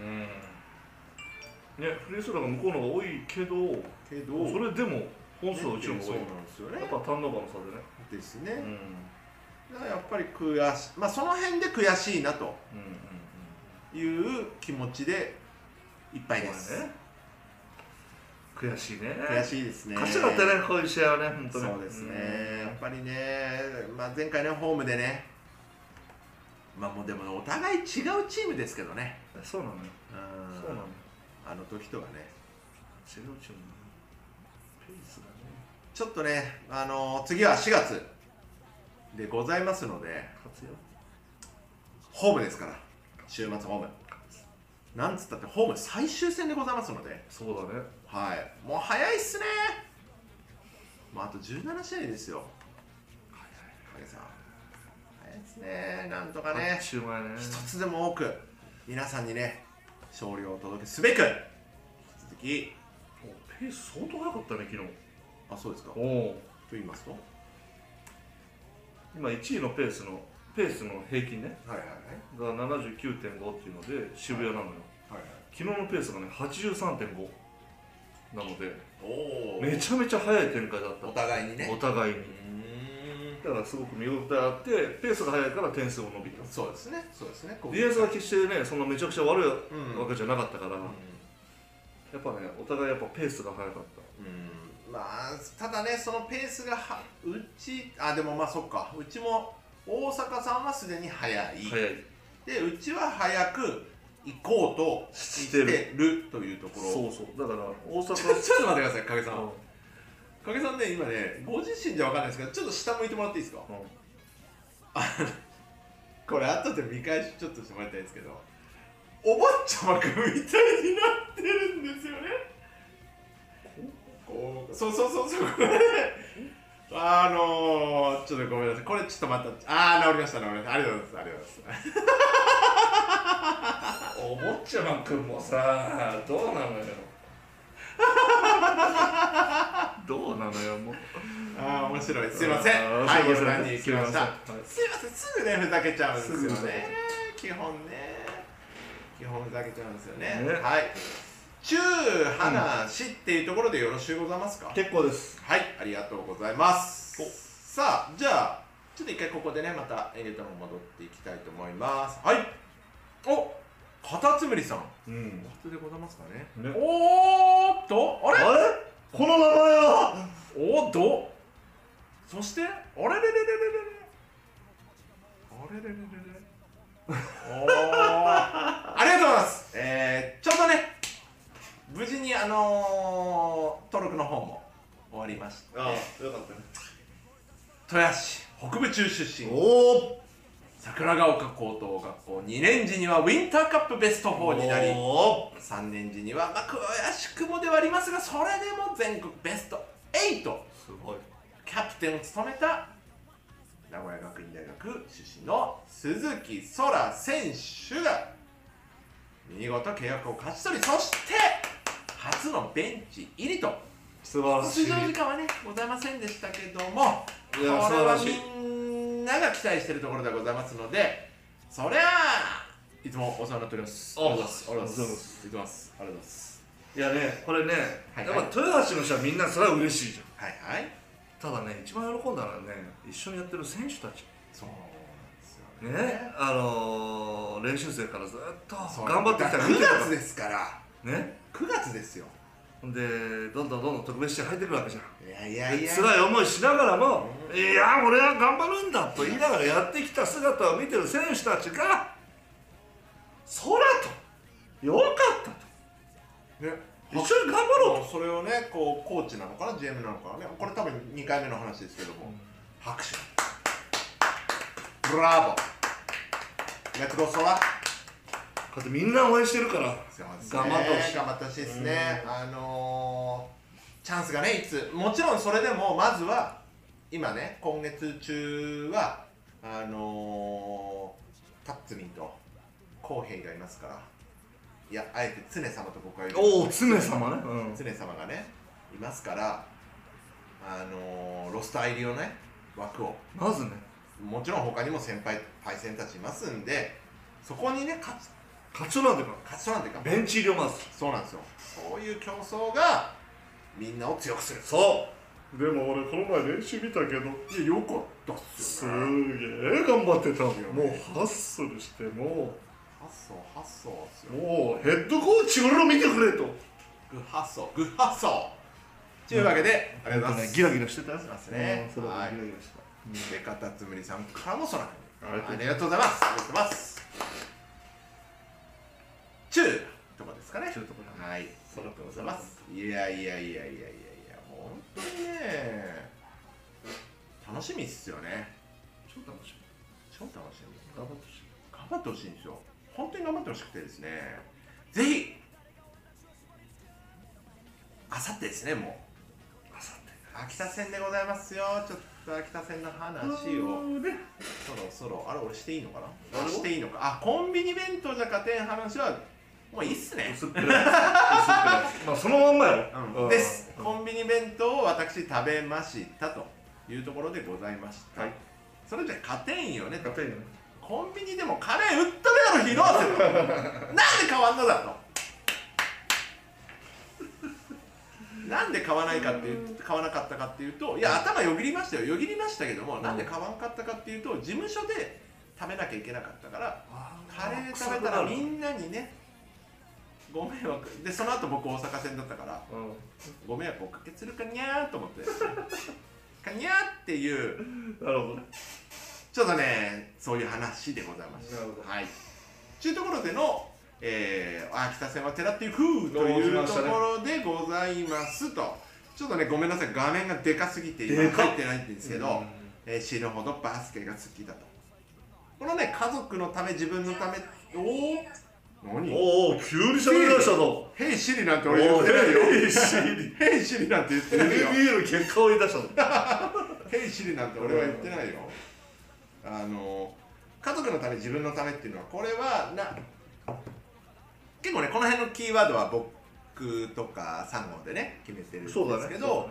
ね、フリースローが向こうの方が多いけどそれでも本数はうちの方が多い。 そうなんですよね。 やっぱターンオーバーの差でね。 ですね。だからやっぱり悔しい、まあその辺で悔しいなという気持ちでいっぱいです。 ね、悔しいね。 悔しいですね。 勝ちだったね、こういう試合はね、本当に。 そうですね。やっぱりね、まあ前回ねホームでね、まあもうでもお互い違うチームですけどね。 そうなのよ。そうなのよ。 あの時とはね。 違うチーム。ペースがね。 ちょっとね、次は4月でございますので、 勝つよ。 ホームですから、週末ホーム。なんつったってホーム最終戦でございますので、 そうだね。 はい、もう早いっすね。もうあと17試合ですよ。影さん。 ですね。なんとかね、 シューマイね。 一つでも多く皆さんにね勝利をお届けすべく引き続き。 ペース相当速かったね昨日。 あ、そうですか。とおお。 言いますと、 今1位のペースの平均ねはいはいが 79.5 っていうので渋谷なのよ。 はいはい。 昨日のペースがね 83.5 なのでおお。 めちゃめちゃ速い展開だった。 お互いにね。 お互いに。 うだからすごく見応えあってペースが速いから点数も伸びた。 ーん。そうですね。そうですね。 ディフェンスは決してねそんなめちゃくちゃ悪いうんわけじゃなかったから、 うんやっぱねお互いやっぱペースが速かった。 まあただねそのペースがでもまあそっか、うちも大阪さんはすでに速い速い。 でうちは早く行こうとしてるというところ。 そうそうだから大阪ちょっと待ってください影さん。 うん影さんね今ねご自身じゃ分かんないですけどちょっと下向いてもらっていいですか。これ後で見返しちょっとしてもらいたいんですけど、お坊ちゃまくんみたいになってるんですよね。そうこれちょっとごめんなさい、これちょっとまた治りました治りました、ありがとうございますお坊ちゃまくんもさどうなのよどうなのよもう。 面白い、すいません。はい、4番に来ました。すいません、すぐねふざけちゃうんですよね。基本ふざけちゃうんですよね。はい、中話っていうところでよろしゅうございますか。 結構です。 はい、ありがとうございます。さあ、じゃあちょっと一回ここでねまたエレーターも戻っていきたいと思います。はい。お、カタツムリさん、 うん。 初でございますかね。 ねおーっと、あれあれこの名前はおっと、そしてあれれれれれれれあれれれれれおーありがとうございます。ちょうどね無事に登録の方も終わりまして、 よかったね。 豊橋市北部中出身、 おお桜ヶ丘高等学校、2年時にはウィンターカップベスト4になり、 お 3年時にはまあ悔しくもではありますがそれでも全国ベスト8 すごい。 キャプテンを務めた名古屋学院大学出身の鈴木空選手が見事契約を勝ち取り、そして初のベンチ入りと、 素晴らしい。 出場時間はねございませんでしたけども、これいやは素晴らしいみんなが期待しているところでございますので、そりゃあいつもお世話になっております。ありがとうございます。ありがとうございます。ありがとうございます。 いやねこれね、 はいやっぱ豊橋の人はみんなそれは嬉しいじゃん。 はいはい。 ただね一番喜んだのはね一緒にやってる選手たちそうなんですよね。練習生からずっとそう頑張ってきた 9月ですからね。 9月ですよ。 でどんどん特別試合入ってくるわけじゃん。 いや辛い思いしながらも、いや俺は頑張るんだと言いながらやってきた姿を見てる選手たちが空とよかったとね、 一緒に頑張ろうと。 それをねこうコーチなのかな GM なのかなね、これ多分2回目の話ですけども、拍手ブラボーレッツゴーソラ。 こうやってみんな応援してるから頑張ってほしい。頑張ってほしいですね。チャンスがねいつ、もちろんそれでもまずは今ね今月中はタッツミンとコウヘイがいますから、いやあえて常様と僕は言う。 おお常様ね、 常様がねいますから、ロスター入りのね枠をまずねもちろん他にも先輩パイセンたちいますんで、そこにね勝ちなんていうかそうなんていうかベンチ入りをまずそうなんですよ。そういう競争がみんなを強くする。 そうでも俺この前練習見たけどいやよかったっすすよね。 げえ頑張ってた。もうハッスルしても発想っすよ。 もうヘッドコーチ俺の見てくれとグッ発想というわけで、ありがとうございます。 ギラギラしてたよ。 ますね。 それははいギラギラしてでカタツムリさんからも空にた。 ありがとうございます。ありがとうございます。中とかですかね。 中とかねはい。 それはございます。いやもう本当にね楽しみっすよね。 超楽しみ。 超楽しみ。 頑張ってほしい。 頑張ってほしいんですよ。本当に頑張ってほしくてですね。ぜひあさってですね、もうあさって秋田戦でございますよ。ちょっ秋田線の話をそろそろ、あれ俺していいのかな、していいのか、あ、コンビニ弁当じゃ勝てん話はもういいっすね。 薄っぺらいまあそのまんまやろ、 です。コンビニ弁当を私食べましたというところでございました、はい、それじゃ勝てんよねと。 勝てんよね。 コンビニでもカレー売っとるやろ広瀬となんで買わんのだとなんで買わないかっていう買わなかったかっていうと、いや頭よぎりましたよ、よぎりましたけども、なんで買わんかったかっていうと、事務所で食べなきゃいけなかったから、カレー食べたらみんなにねご迷惑で、その後僕大阪線だったから、ご迷惑おかけするかにゃーと思ってかにゃーっていう、 なるほど、 ちょっとねそういう話でございました。 なるほど、 はい。というところでの、秋田線は寺っていう風というところでございますと。ちょっとねごめんなさい、画面がでかすぎて今入ってないんですけど、死ぬほどバスケが好きだと。このね家族のため自分のため、何？ おお、急に喋り出したぞ。 ヘイシリなんて俺言ってないよ。 ヘイシリ。 ヘイシリなんて言ってないよ。 NBA の結果を言い出したぞ。 ヘイシリなんて俺は言ってないよ。家族のため自分のためっていうのは、これは結構ねこの辺のキーワードは僕とか3号でね決めてるんですけど、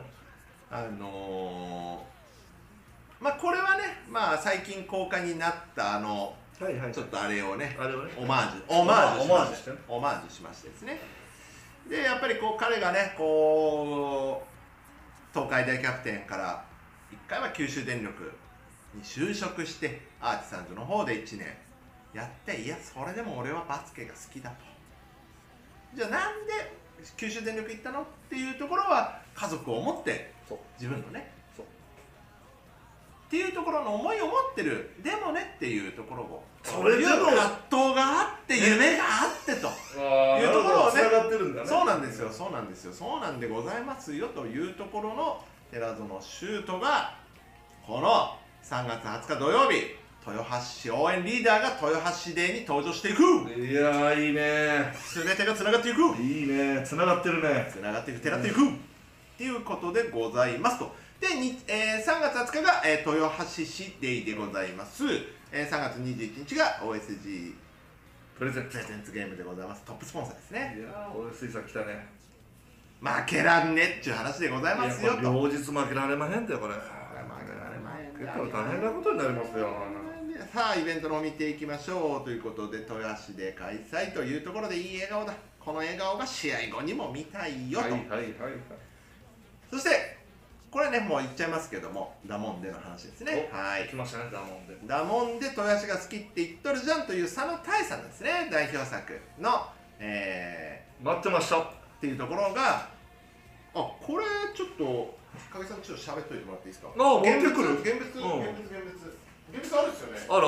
まあこれはね、まあ最近公開になったちょっとあれをね、オマージュしましてですね。でやっぱりこう彼がねこう東海大キャプテンから1回は九州電力に就職してアーチサンズの方で1年やって、いやそれでも俺はバスケが好きだと。じゃあなんで九州電力行ったのっていうところは、家族を思って自分のねっていうところの思いを持ってる、でもねっていうところを、 それでも葛藤があって夢があってというところをね、そうなんですよ、そうなんですよ、そうなんでございますよというところの寺園修斗がこの3月20日土曜日、豊橋市応援リーダーが豊橋デーに登場していく。 いやーいいね、 全てがつながっていく、 いいね、つながってるね、 つながっていく、寺っていく、っていうことでございますと。で、3月20日が、豊橋市デイでございます。3月21日が OSG プレゼンツゲームでございます。トップスポンサーですね。 いやー OSG さん来たね、 負けらんねっちゅう話でございますよと。 両日負けられまへんだよこれ。 負けられまへん。 結構大変なことになりますよ。 さあイベントの方見ていきましょうということで、豊橋で開催というところでいい笑顔だ、この笑顔が試合後にも見たいよと。そしてこれねもう言っちゃいますけども、ダモンでの話ですね。はい、 来ましたね、ダモンで。 ダモンで豊橋が好きって言っとるじゃんという佐野大さんですね、代表作の、 待ってましたっていうところが、これちょっと影さんちょっと喋っといてもらっていいですか。 持ってくる。 現物あるんですよね。 ある。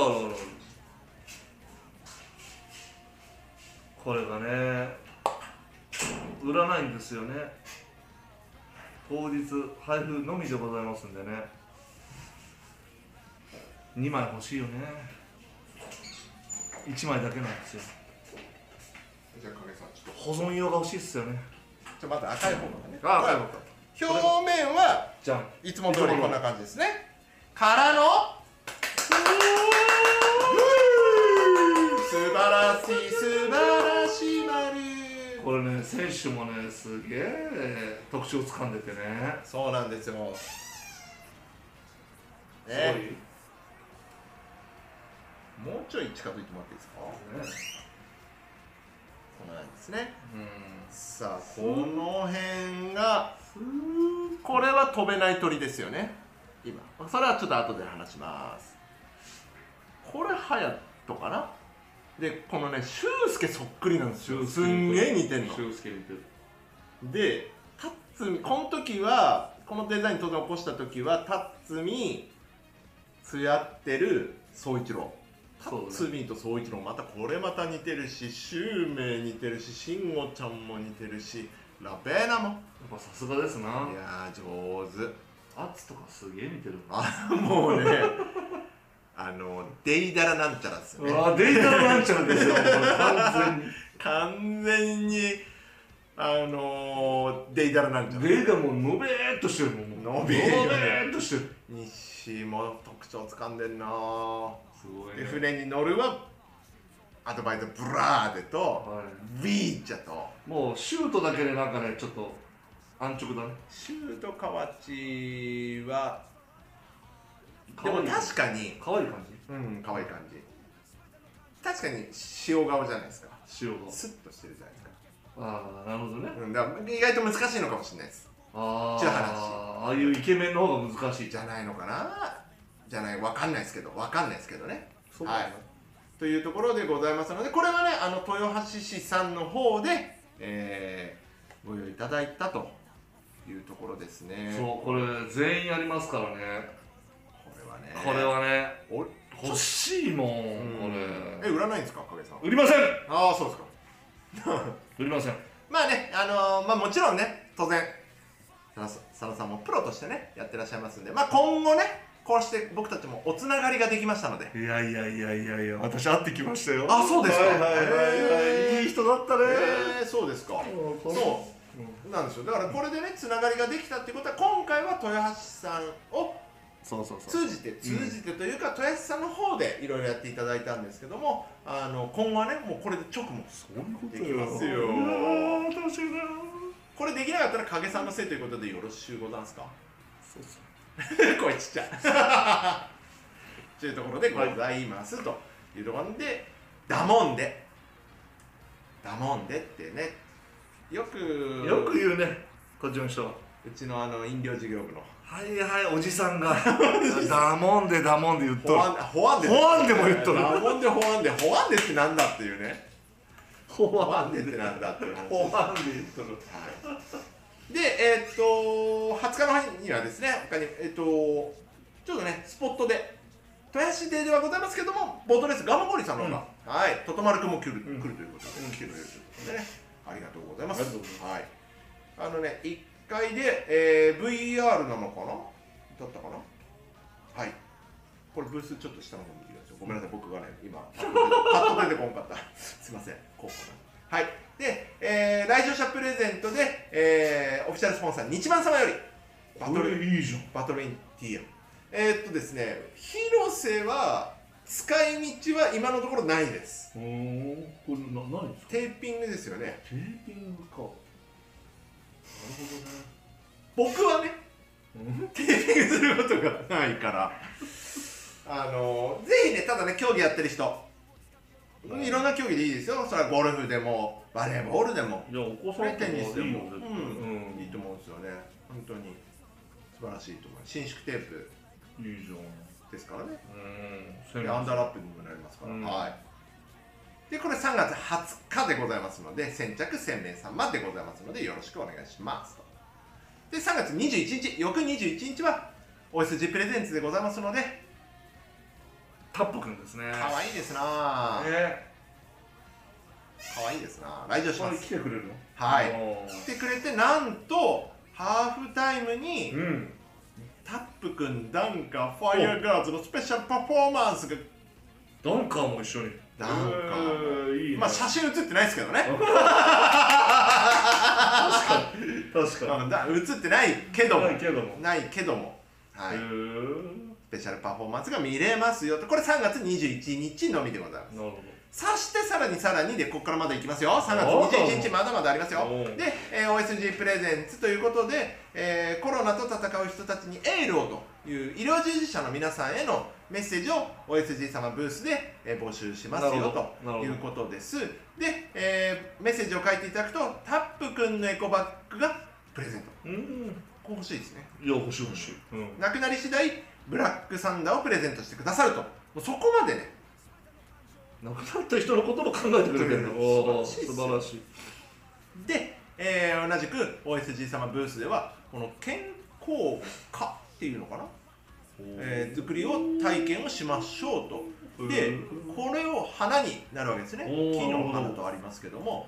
これがね売らないんですよね、当日配布のみでございますんでね。2枚欲しいよね、1枚だけなんですよ。 じゃあ影さんちょっと保存用が欲しいっすよね。 じゃあまず赤い方がね、 赤い方か。 表面はじゃん、 いつも通りこんな感じですね。からの素晴らしい丸。 これね、選手もねすげえ特徴をつかんでてね。 そうなんですよ。 すごい。 もうちょい近づいてもらっていいですか。このようにですね。さあこの辺が、これは飛べない鳥ですよね。今それはちょっと後で話します。これハヤトかな。でこのねシュウスケそっくりなんですよ。すんげえ似てんの。 シュウスケ似てる。 でタッツミ、この時はこのデザイン当然起こした時はタッツミつやってる宗一郎、タッツミと宗一郎またこれまた似てるし、シュウメイ似てるし、シンゴちゃんも似てるし、ラベーナもやっぱさすがですな。 いやー上手。 アツとかすげえ似てる。 もうねデイダラなんちゃらですよね。 デイダラなんちゃらですよ。これ完全に完全にデイダラなんじゃん。 デイダもうのべーっとしてるもん。 のべーよねーっとしてる。 西も特徴つかんでんな。 すごいでね。 船に乗るはアドバイトブラーデとはビーチャとい。もうシュートだけでなんかねちょっと安直だね。 シュート河内はでも可愛い確かに可愛い感じ。 可愛い感じ。確かに塩顔じゃないですか。 塩が。 スッとしてるじゃないですか。 ああなるほどね。 だから意外と難しいのかもしれないです。 あちゅう話ああいうイケメンの方が難しい。 じゃないのかな。じゃないわかんないですけどね。 そうかな。 はいというところでございますので、これはね豊橋市さんの方で、ご用意いただいたというところですね。 そうこれ全員ありますからね。これはねお欲しいもんこれ。 売らないんですか影さん。 売りません。 ああそうですか。 売りません。 まあねもちろんね当然佐野さんもプロとしてねやってらっしゃいますんで、今後ねこうして僕たちもおつながりができましたので。 いや私会ってきましたよ。 あそうですか。 いい人だったね。 そうですか。そうなんですよ。だからこれでねつながりができたっていうことは、今回は豊橋さんを通じてというか豊橋さんの方でいろいろやっていただいたんですけども、今後はねもうこれで直もできますよ。 楽しいな。 これできなかったら影さんのせいということでよろしゅうござんすか。 そうそう。 声ちっちゃというところでございます、というところでダモンデってねよく言うねこっちの人は。 うちの飲料事業部のおじさんがダモンデ言っとる。 ホワンデも言っとる。 ダモンデホワンデってなんだっていうね。 ホワンデってなんだっていう話。 ホワンデ言っとる。 で20日の日にはですね他にちょっとねスポットで豊橋デーではございますけども、ボートレースガマゴリさんの方が、はいととまるくんも来るということで、来てくれるということでね、ありがとうございます。はい1回で、VR なのかなだったかな。はいこれブースちょっと下の方見てください。ごめんなさい僕がね今パッと出てこんかったすいません。こうかな。はいで、来場者プレゼントで、オフィシャルスポンサー日満様よりバトルいいじゃん。 バトルイン TM ですね、広瀬は使い道は今のところないです。 これ何ですか。 テーピングですよね。 テーピングか。なる僕はねほどね。 テーピングすることがないからぜひね、ただね競技やってる人いろんな競技でいいですよ。それはゴルフでもバレーボールでもいやお子さんとかテニスでもいいよ絶対。 いいと思うんですよね。本当に素晴らしいと思います。伸縮テープいいじゃん。 ですからね。 うん。 でアンダーラップにもなりますから、 うんはいでこれ3月20日でございますので、先着1000名様でございますのでよろしくお願いしますと。で3月21日翌21日は OSG プレゼンツでございますので、 タップくんですね。 可愛いですなぁ、可愛いですなぁ。来場します。 来てくれるの。 はい来てくれて、なんとハーフタイムに、タップくんダンカーファイヤーガールズのスペシャルパフォーマンスがダンカーも一緒に。 ダンカーいいね。 まあ写真写ってないですけどね確かに。 写ってないけどもないけども。 ないけども、はい、 へースペシャルパフォーマンスが見れますよと。これ3月21日のみでございます。 なるほそしてさらにでここからまだ行きますよ。3月21日まだまだありますよ。で、OSG プレゼンツということで、コロナと戦う人たちにエールをという医療従事者の皆さんへのメッセージを OSG 様ブースで、募集しますよということです。で、メッセージを書いていただくとタップくんのエコバッグがプレゼント。これ欲しいですね。 ど。いや欲しい。 なくなり次第ブラックサンダーをプレゼントしてくださると。もうそこまでね亡くなった人のことも考えてくれてるの。素晴らしい。 で、同じく OSG 様ブースではこの健康科っていうのかな、作りを体験をしましょうと。でこれを花になるわけですね。木の花とありますけども、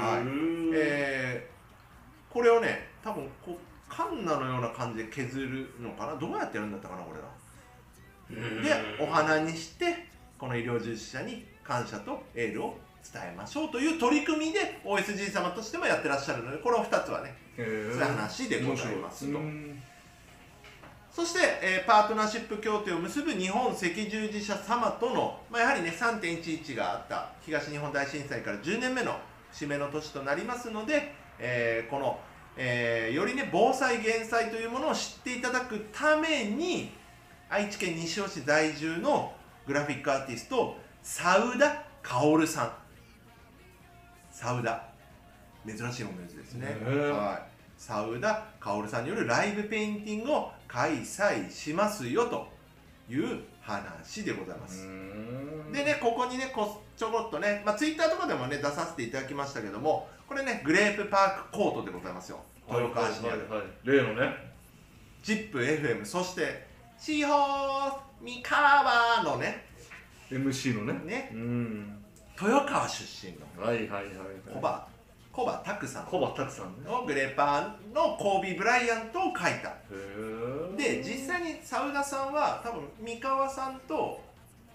これをね多分こうカンナのような感じで削るのかな。どうやってやるんだったかなこれは。でお花にしてこの医療従事者に感謝とエールを伝えましょうという取り組みで OSG 様としてもやってらっしゃるので、この2つはねそういう話でございますと。そして、パートナーシップ協定を結ぶ日本赤十字社様との、やはりね 3.11 があった東日本大震災から10年目の節目の年となりますので、この、よりね防災減災というものを知っていただくために、愛知県西尾市在住のグラフィックアーティスト澤田薫さん、澤田珍しいお名字ですね、はい、澤田薫さんによるライブペインティングを開催しますよという話でございます。でね、ここにねちょこっとね、ツイッターとかでもね出させていただきましたけども、これねグレープパークコートでございますよ、豊川市にある、 例のね ZIPFM、そしてシーホー三河のね MC のね豊川出身のコバタクさんのグレーパーのコービー・ブライアントを描いた。で実際に澤田さんは多分三河さんと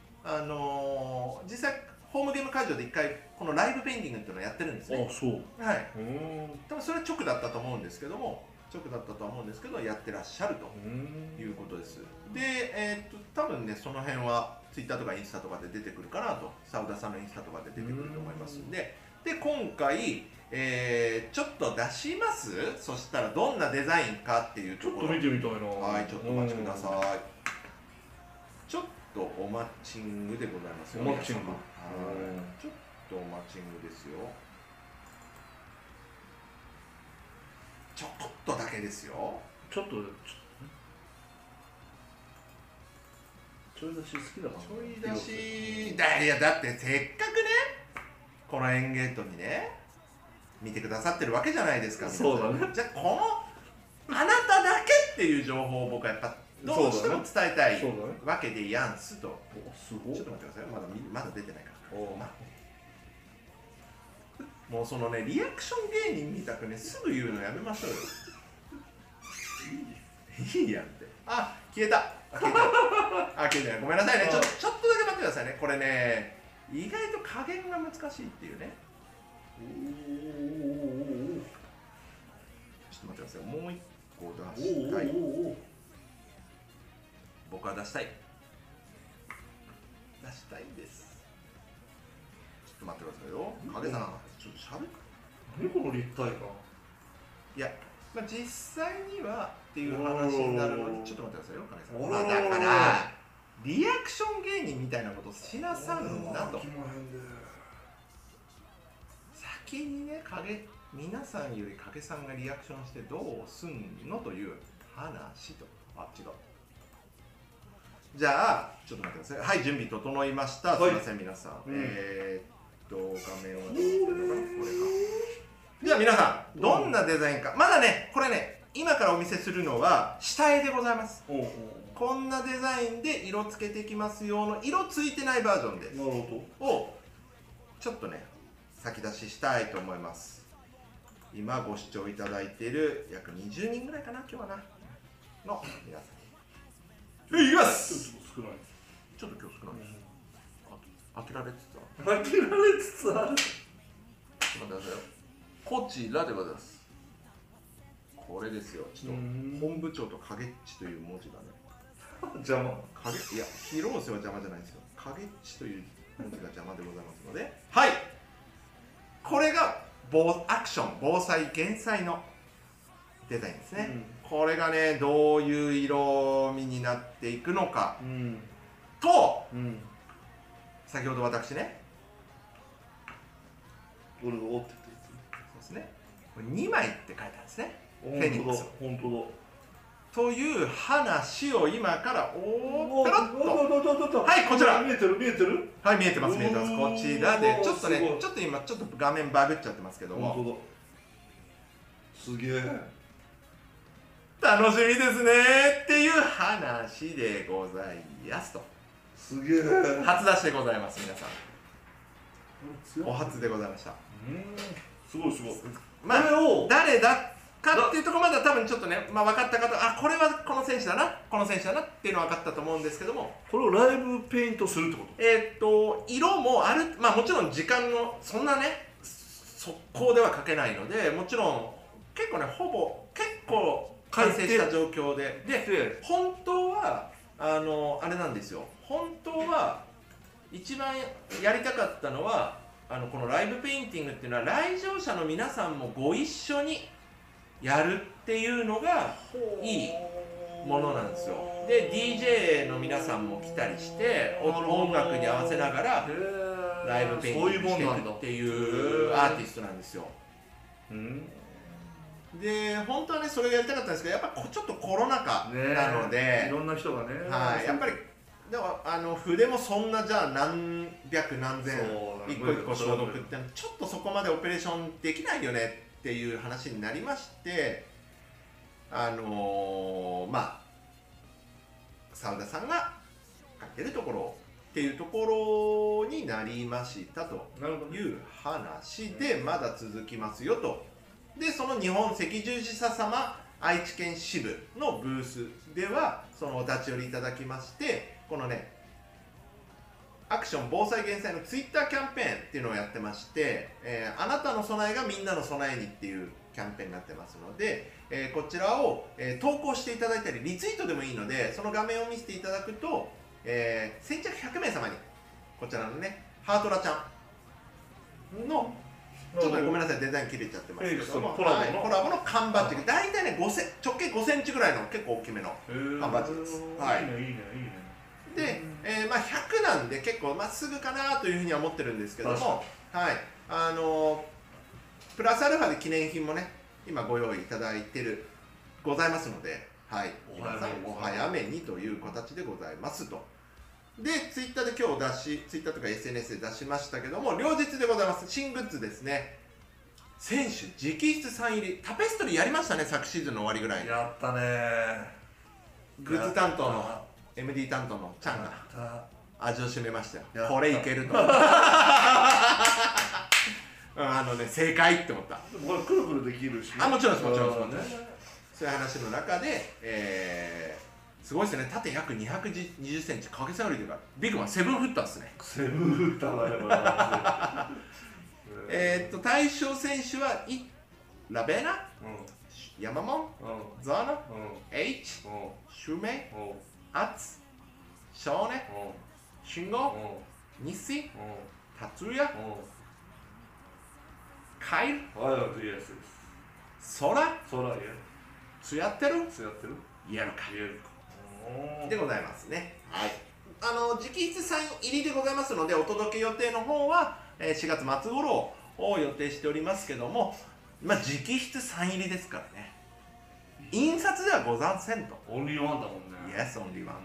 実際ホームゲーム会場で一回このライブペインティングっていうのをやってるんですね。 あ、そう。 はい。多分それは直だったと思うんですけども、やってらっしゃるということです。で、多分ねその辺はツイッターとかインスタとかで出てくるかなと、澤田さんのインスタとかで出てくると思いますんで、今回、ちょっと出します。そしたらどんなデザインかっていうところ、 ちょっと見てみたいな。 はい、ちょっとお待ちください。ちょっとおマッチングでございますよ。 おマッチング。 ちょっとおマッチングですよ。ちょこっとだけですよ。 ちょい出し好きだから。 ちょい出しいや、だってせっかくねこのエンゲートにね見てくださってるわけじゃないですか。 そうだね。 じゃあこのあなただけっていう情報を僕はやっぱどうしても伝えたいわけでやんすと。 すごい。 ちょっと待ってください、まだ出てないから。もうそのねリアクション芸人みたくねすぐ言うのやめましょうよ。いいやんって。あ、消えた。消えた。ごめんなさいね。ちょっとだけ待ってくださいね。これね意外と加減が難しいっていうね。ちょっと待ってください。もう一個出したい。僕は出したいんです。ちょっと待ってくださいよ。影さん、ちょっとしゃべる。 何この立体感。 いや、実際にはっていう話になるのに、ちょっと待ってくださいよ、影さん。だからリアクション芸人みたいなことしなさるんだと。先にね皆さんより影さんがリアクションしてどうすんのという話と。あ、違う。じゃあちょっと待ってください。はい、準備整いました。すみません皆さん。画面を出してるのかな、これか。じゃあ皆さんどんなデザインか、まだねこれね今からお見せするのは下絵でございます。こんなデザインで色つけていきますよの色ついてないバージョンです。 なるほど。 をちょっとね先出ししたいと思います。今ご視聴いただいている約20人ぐらいかな、今日はなの皆さん、いきます。 少ない。 ちょっと今日少ないです。当てられつつある。 ちょっと待ってくださいよ。こちらでございます。これですよ。ちょっと本部長と影っちという文字がね邪魔。 いや、ヒロースは邪魔じゃないですよ。影っちという文字が邪魔でございますので、はい、これがアクション防災減災のデザインですね。これがねどういう色味になっていくのか、と、先ほど私ね俺が折ってて、 そうですね、これ2枚って書いてあるんですね。フェニックス。 本当だ。 という話を今からペロッと、はい、こちら見えてる。 はい、見えてます。こちらでちょっとね今画面バグっちゃってますけども、 本当だ。すげえ楽しみですねっていう話でございますと。 すげえ初出しでございます。皆さんお初でございました。 すごい。 誰だかかっていうところまでは多分ちょっとね、まあ、分かった方、あ、これはこの選手だな、この選手だなっていうのは分かったと思うんですけども、 これをライブペイントするってこと？ 色もある、まあもちろん時間のそんなね速攻では描けないので、もちろん結構ねほぼ結構完成した状況で本当はあれなんですよ。本当は一番やりたかったのはこのライブペインティングっていうのは来場者の皆さんもご一緒にやるっていうのがいいものなんですよ。で DJ の皆さんも来たりして音楽に合わせながらライブペインティングしていくっていうアーティストなんですよ。で本当はねそれがやりたかったんですけど、やっぱちょっとコロナ禍なので、 いろんな人がね、 はい、やっぱりでも筆もそんなじゃあ何百何千一個一個消毒ってちょっとそこまでオペレーションできないよねっていう話になりまして、まあ澤田さんが書いてるところっていうところになりましたという話で、まだ続きますよと。でその日本赤十字社様愛知県支部のブースではそのお立ち寄りいただきまして、このねアクション防災減災のツイッターキャンペーンっていうのをやってまして、あなたの備えがみんなの備えにっていうキャンペーンになってますので、こちらを、投稿していただいたりリツイートでもいいので、その画面を見せていただくと、先着100名様にこちらのねハートラちゃんのちょっとごめんなさいデザイン切れちゃってますけども、コラボの缶バッジが大体ね直径5センチぐらいの結構大きめの缶バッジです。はい。で、まあ100なんで結構まっすぐかなというふうには思ってるんですけども、はい、プラスアルファで記念品もね今ご用意いただいてございますので、はい、皆さんお早めにという形でございますと。で、ツイッターで今日ツイッターとか SNS で出しましたけども、両日でございます。新グッズですね。選手直筆サイン入りタペストリーやりましたね、昨シーズンの終わりぐらいに。 やったね。 グッズ担当の MD 担当のちゃんが味を占めましたよ。これいけると正解って思った。 これくるくるできるし、 もちろんです、もちろんです。そういう話の中で、すごいですね、縦約220センチ、影サウリというか、ビッグマン7フッターですね。 7フッターだよ。対象選手はラベナ、ヤマモン、ザーナ、H、シュメイ、アツ、ショーネ、シンゴ、ニッシー、タツヤ、カイル、ソラ、ツヤってる、やるかでございますね。はい。直筆サイン入りでございますので、お届け予定の方は4月末頃を予定しておりますけども、まあ直筆サイン入りですからね。印刷ではござんせんと。 オンリーワンだもんね。 Yes, only one。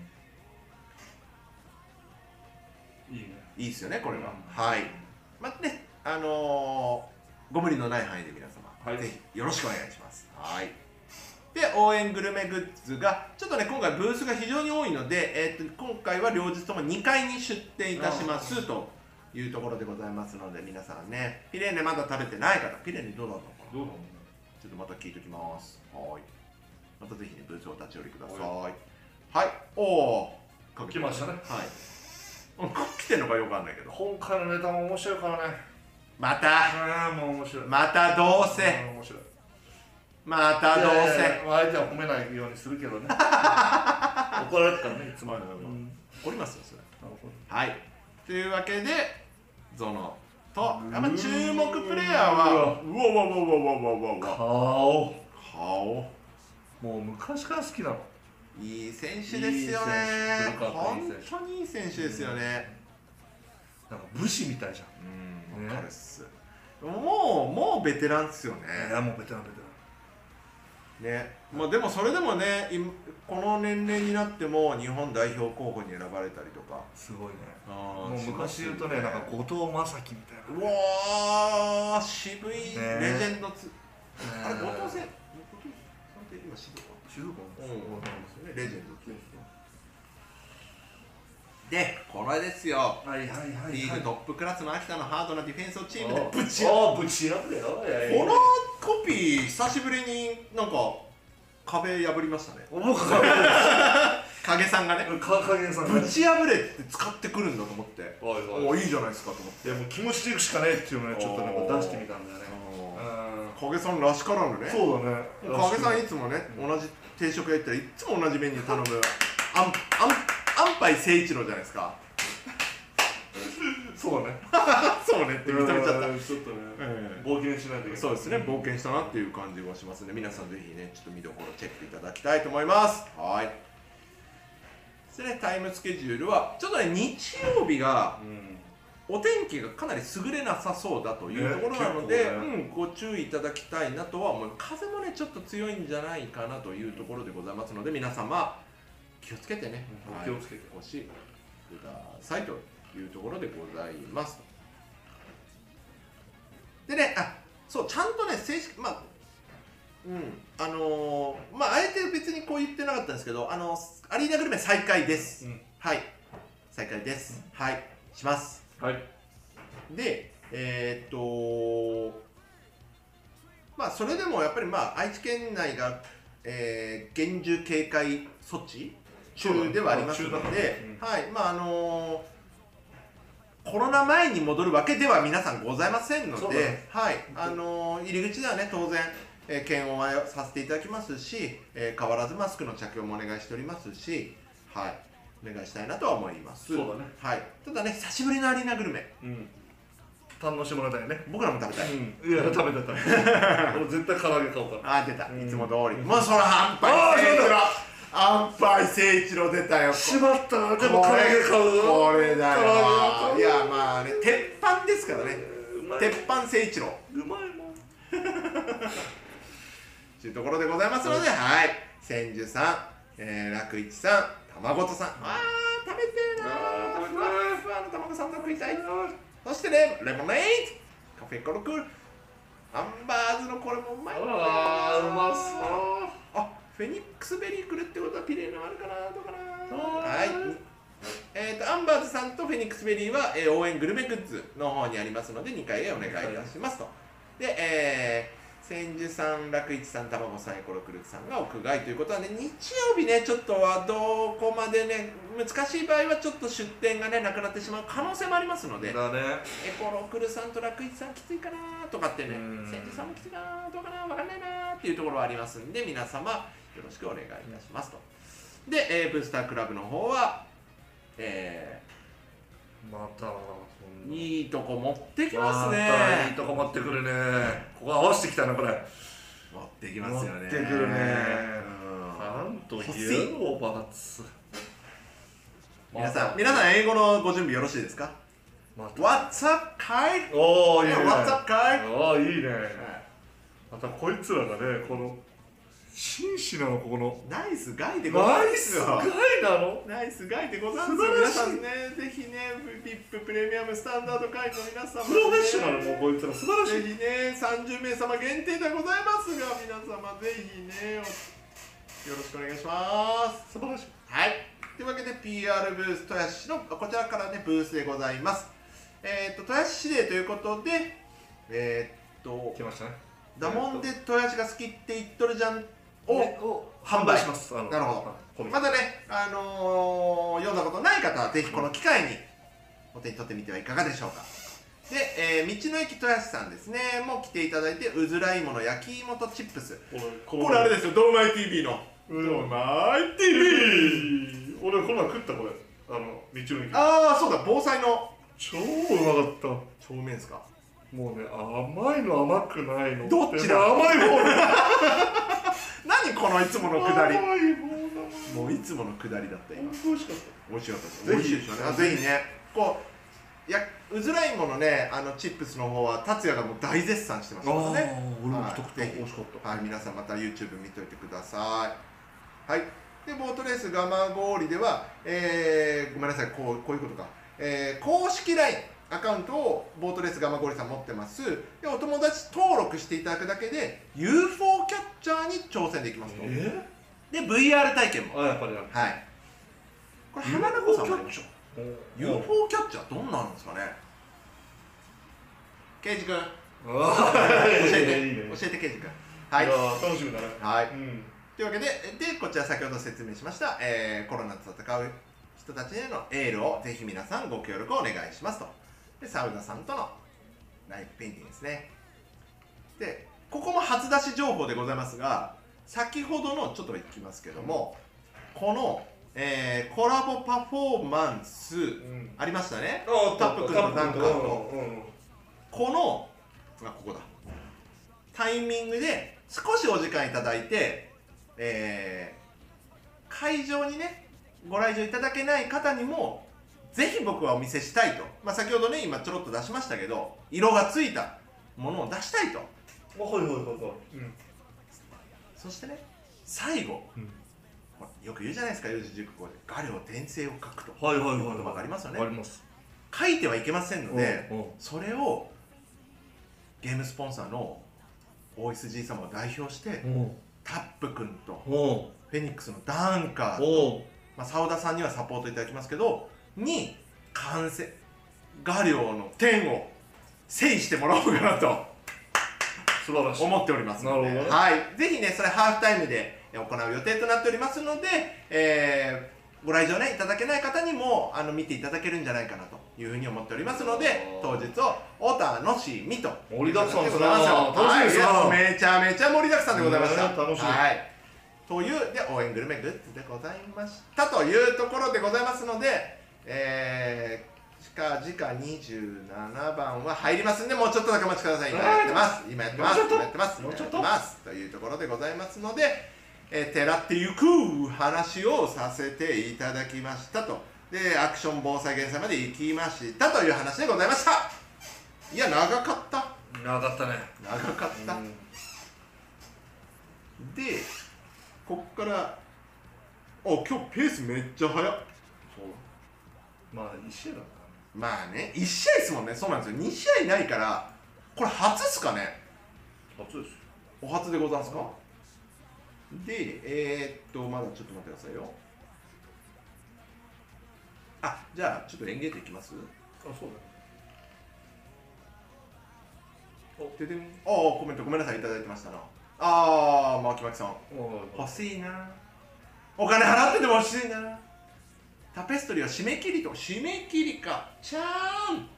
いいね。 いいですよね、これは。はい。まあね、ご無理のない範囲で皆様、ぜひよろしくお願いします。はい。で、応援グルメグッズがちょっとね今回ブースが非常に多いので、今回は両日とも2階に出店いたしますというところでございますので、皆さんねピレーネまだ食べてない方、ピレーネどうだったのかな、ちょっとまた聞いときます。はい、またぜひねブースを立ち寄りください。はい、おお来ましたね。 はい、来てんのかよくわかんないけど、 今回のネタも面白いからね。 またもう面白い。 またどうせ面白い。 またどうせ相手は褒めないようにするけどね。怒られてからね、いつも。 怒りますよそれ。はい、というわけでゾノと注目プレイヤーは顔もう昔から好きなの。 いい選手ですよね。本当にいい選手ですよね。 なんか武士みたいじゃん。 わかるっす。もうベテランですよね。 いやもうベテランね、まあでもそれでもね、この年齢になっても日本代表候補に選ばれたりとかすごいね。もう昔言うとね、なんか後藤正樹みたいな。 うわー渋いレジェンドあれ後藤さんって今静岡ですよね、レジェンドっていうんですか。 でこれですよ、 はいはいはいリーグトップクラスの秋田のハードなディフェンスをチームでぶぶちち破れよ。 このコピー久しぶりになんか壁破りましたね。 僕影さんがね影さんがぶち破れって使ってくるんだと思って、 おおいいじゃないですかと思って、 いやもう気持ちでいくしかねえっていうのをちょっとなんか出してみたんだよね。 影さんらしからぬね。 そうだね。 影さんいつもね、同じ定食屋行ったらいつも同じメニュー頼む安牌誠一郎じゃないですか。 そうだね。 そうねって認めちゃった。 ちょっとね冒険しないといけない。 そうですね、冒険したなっていう感じがしますね。皆さんぜひねちょっと見どころチェックいただきたいと思います。はい。でね、タイムスケジュールはちょっとね日曜日がお天気がかなり優れなさそうだというところなので、ご注意いただきたいなとは思う。風もねちょっと強いんじゃないかなというところでございますので、皆様気をつけてね、 気をつけてお越しくださいというところでございます。でね、そうちゃんとね正式あえて別にこう言ってなかったんですけど、アリーナグルメ再開です。はい、再開です。はい、します。 はい。 で、それでもやっぱり愛知県内が、厳重警戒措置中ではありますので、はい、コロナ前に戻るわけでは皆さんございませんので、はい、入り口ではね当然、検温はさせていただきますし、変わらずマスクの着用もお願いしておりますし、はい、お願いしたいなとは思います。 そうだね。 はい。ただね、久しぶりのアリーナグルメ、 堪能してもらいたいね。 僕らも食べたい。 いや食べた俺絶対唐揚げ買おうから。 出た、いつも通り。もうその安牌誠一郎、安牌誠一郎出たよ。 しまった。でも唐揚げ買う。 これだよ。いやね、鉄板ですからね。鉄板誠一郎。 うまいもん。 というところでございますので、はい。千住さん、楽一さん、玉ごとさん。食べてーなー。ふわふわの卵サンド食いたい。そしてね、レモネード、カフェコロクール、ハンバーズのこれもうまい。 うまそう。 フェニックスベリー来るってことはピレーのあるかな、どうかな。はい。アンバーズさんとフェニックスベリーは、応援グルメグッズの方にありますので2回へお願いいたしますと。で、千住さん、楽一さん、卵さん、エコロクルクさんが屋外ということはね、日曜日ね、ちょっとはどこまでね、難しい場合はちょっと出店がね、なくなってしまう可能性もありますので、エコロクルさんと楽一さんきついかなとかってね、千住さんもきついかな、どうかな、わかんないなっていうところはありますんで、皆様よろしくお願いいたしますと。で、ブースタークラブの方は、 またいいとこ持ってきますね。 いいとこ持ってくるね。ここ合わせてきたなこれ。 持ってきますよね。 持ってくるね。なんとイエローバーツ。 皆さん英語のご準備よろしいですか？ What's up, Kyle? おーいいね。 What's up, Kyle? いいね。またこいつらがね、この紳士なのここのナイスガイでございますよ。 ナイスガイなの？ ナイスガイでございますよ。皆さんね、ぜひね、VIP プレミアムスタンダード会員の皆様、 プロフェッショナルもこいつら素晴らしい。 ぜひね、30名様限定でございますが、皆様ぜひね、よろしくお願いします。 素晴らしい。 はい。というわけで PR ブース豊橋のこちらからねブースでございます。豊橋市デーということで、 来ましたね。 ダモンで豊橋が好きって言っとるじゃんを販売します。 なるほど。まだね、読んだことない方はぜひこの機会にお手に取ってみてはいかがでしょうか。で、道の駅豊橋さんですねも来ていただいて、うずら芋の焼き芋とチップス。これあれですよ、ドーマイ TV のドーマイ TV。 俺この前食ったこれ、道の駅。 そうだ、防災の超うまかった。 超麺ですか。 もうね、甘いの甘くないのどっちだ。 甘い方何このいつものくだり。 甘い方だもういつものくだりだった今。 美味しかった。 美味しかったです。美味しいでしょうね。ぜひね、こううずら芋のね、チップスの方は達也がもう大絶賛してましたからね。 俺も一口美味しかった。 はい、皆さんまた YouTube 見といてください。はい。で、ボートレース蒲郡では、ごめんなさい、こういうことか。公式 LINE アカウントをボートレース蒲郡さん持ってます。で、お友達登録していただくだけで UFO キャッチャーに挑戦できますと。で、VR 体験も。 やっぱりはい。これ花子さんも UFO キャッチャーどんなんですかね。ケイジ君教えてケイジ君。はい、 楽しみだね。 はい、というわけでこちら先ほど説明しました、コロナと戦う人たちへのエールをぜひ皆さんご協力をお願いしますと。でサウダさんとのライブペインティングですね。でここも初出し情報でございますが、先ほどのちょっといきますけども、この、コラボパフォーマンスありましたね、タップ君のダンカーと、このここだタイミングで少しお時間いただいて、会場にねご来場いただけない方にもぜひ僕はお見せしたいと、先ほどね今ちょろっと出しましたけど、色がついたものを出したいと。そしてね最後、よく言うじゃないですか、四字熟語で画量転生を書くという言葉がありますよね。書いてはいけませんので、それをゲームスポンサーのOSG 様を代表してタップ君とフェニックスのダンカーと、サウダさんにはサポートいただきますけどに完成画量の点を制してもらおうかなと素晴らしい思っておりますので、はい、ぜひねそれハーフタイムで行う予定となっておりますので、ご来場ねいただけない方にも見ていただけるんじゃないかなというふうに思っておりますので、当日をお楽しみと盛りだくさんですね。 楽しみですよ。 はめちゃめちゃ盛りだくさんでございました。 楽しみ。 はい。というで応援グルメグッズでございましたというところでございますので、近々27番は入りますんで、もうちょっとだけお待ちください。今やってますというところでございますので、てらってゆく話をさせていただきましたと。でアクション防災減災まで行きましたという話でございました。いや長かった。 長かったね。 長かった。でこっから今日ペースめっちゃ速っ。 まあ1試合だったね。 まあね1試合ですもんね。そうなんですよ。2試合ないからこれ初っすかね。 初ですよ。 お初でございますか。でまだちょっと待ってくださいよ。じゃあちょっとレンゲートいきます。 そうだね。 ででんコメントごめんなさいいただいてましたな。マキマキさん欲しいな、お金払ってでも欲しいな。タペストリーは締め切りかちゃーん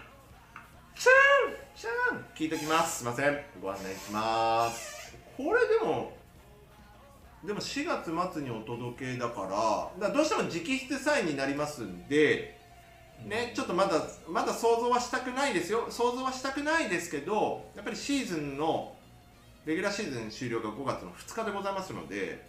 聞いときます。すいませんご案内します。これでも4月末にお届けだからどうしても直筆サインになりますんでね、ちょっとまだ想像はしたくないですよ。想像はしたくないですけど、やっぱりシーズンのレギュラーシーズン終了が5月の2日でございますので、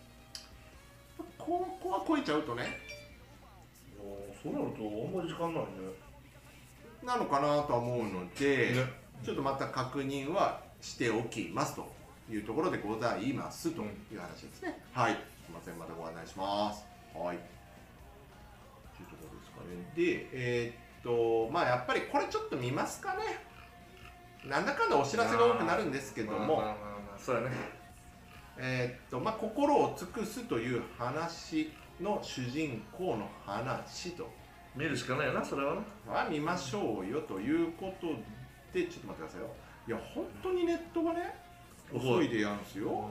ここは超えちゃうとね、 そうなるとあんまり時間ないね。 なのかなとは思うので、ちょっとまた確認はしておきますというところでございますという話ですね。はい、すみません、またご案内します。はい。というところですかね。で、やっぱりこれちょっと見ますかね。なんだかんだお知らせが多くなるんですけども、 そうやね。 心を尽くすという話の主人公の話と見るしかないよな、それはね。 見ましょうよということで、ちょっと待ってくださいよ。いや、本当にネットがね、遅いでやんすよ。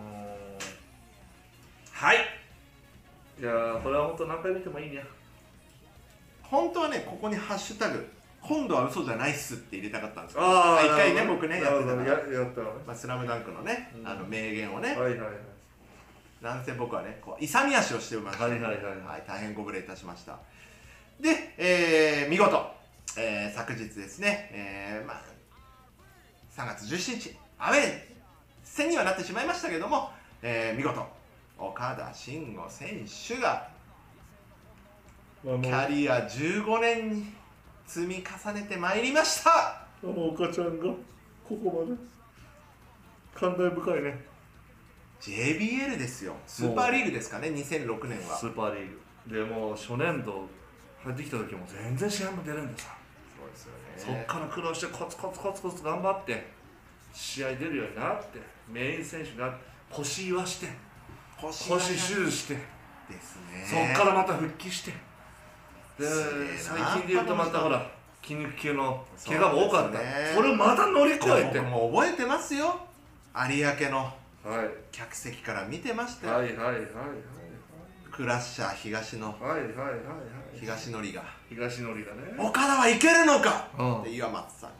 はい。 いやー、これは本当何回見てもいいね。 本当はね、ここにハッシュタグ、今度は嘘じゃないっすって入れたかったんですよ。 一回ね、僕ね、やってたから。 やったのね。 スラムダンクのね、名言をね。 はい。 なんせ僕はね、勇み足をしておりました。はい、大変ご無礼いたしました。で、見事、昨日ですね、3月17日、アウェー戦にはなってしまいましたけども、見事、岡田慎吾選手が、キャリア15年に積み重ねてまいりました。 岡ちゃんがここまで感慨深いね。 JBL ですよ。スーパーリーグですかね、2006年は。 スーパーリーグでもう初年度入ってきた時も全然試合も出るんでさ。 そうですよね。 そっから苦労してコツ頑張って試合出るようになって、メイン選手が腰言わして腰手術してですね。 そっからまた復帰してですげえな最近で言うとまたほら筋肉系の怪我も多かった、 そうですねそれをまた乗り越えて僕も覚えてますよ、有明のはい客席から見てましたよ、 はいはいはいはいクラッシャー東のはいはいはいはい東のりが東のりがね岡田はいけるのかうんって岩松さんに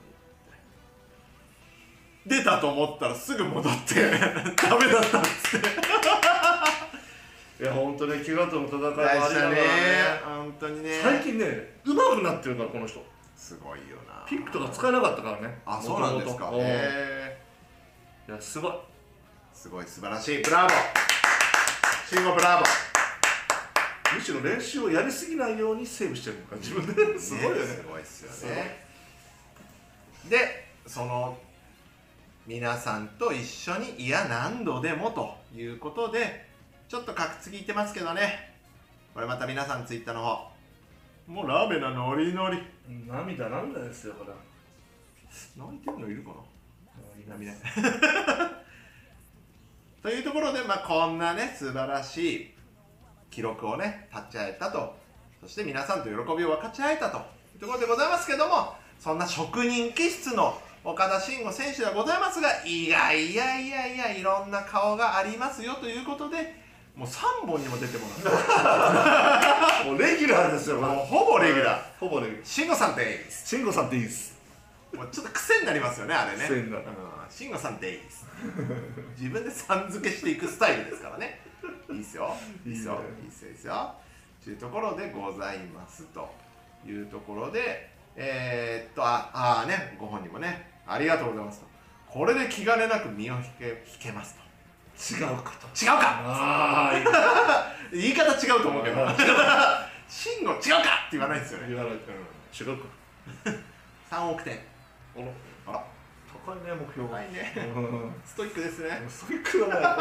出たと思ったらすぐ戻ってダメだったっつっていや本当に怪我との戦いもありな大事だねがらね本当にね最近ね上手くなってるからこの人すごいよなピックとか使えなかったからねあそうなんですか元々 へいやすごいーすごい素晴らしいブラボー慎吾ブラボーむしろ練習をやりすぎないようにセーブしてるのか自分ですごいよねすごいっすよねでその皆さんと一緒にいや何度でもということでちょっとカクつきいてますけどねこれまた皆さんツイッターの方もうラーメンなノリノリ涙ですよこれ泣いてるのいるかな涙というところで、こんなね素晴らしい記録をね立ち会えたとそして皆さんと喜びを分かち合えたというところでございますけどもそんな職人気質の岡田慎吾選手ではございますがいやいろんな顔がありますよということでもう3本にも出てもらもうレギュラーですようもうほぼレギュラーほぼレギュラー慎吾さんです慎吾さんっていいですもうちょっと癖になりますよねあれね癖になる慎吾さんです自分でさん付けしていくスタイルですからねいいっすよいいっすよいいっすよいいっすよというところでございますというところでご本人もねありがとうございますとこれで気兼ねなく身を引けますと違うかと違うかああ言い方違うと思うけど慎吾違うかって言わないですよね言わない違うか 3億点あら高いね目標高いねうんストイックですねストイックはない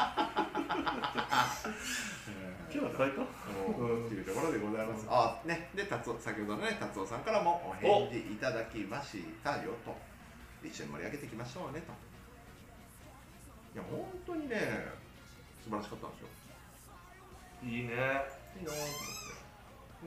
今日は変えたというところでございます。あ、ね、で、先ほどのね、達夫さんからもお返事いただきましたよと。一緒に盛り上げていきましょうねと。いや、本当にね、素晴らしかったんですよ。 いいねいいなと思って。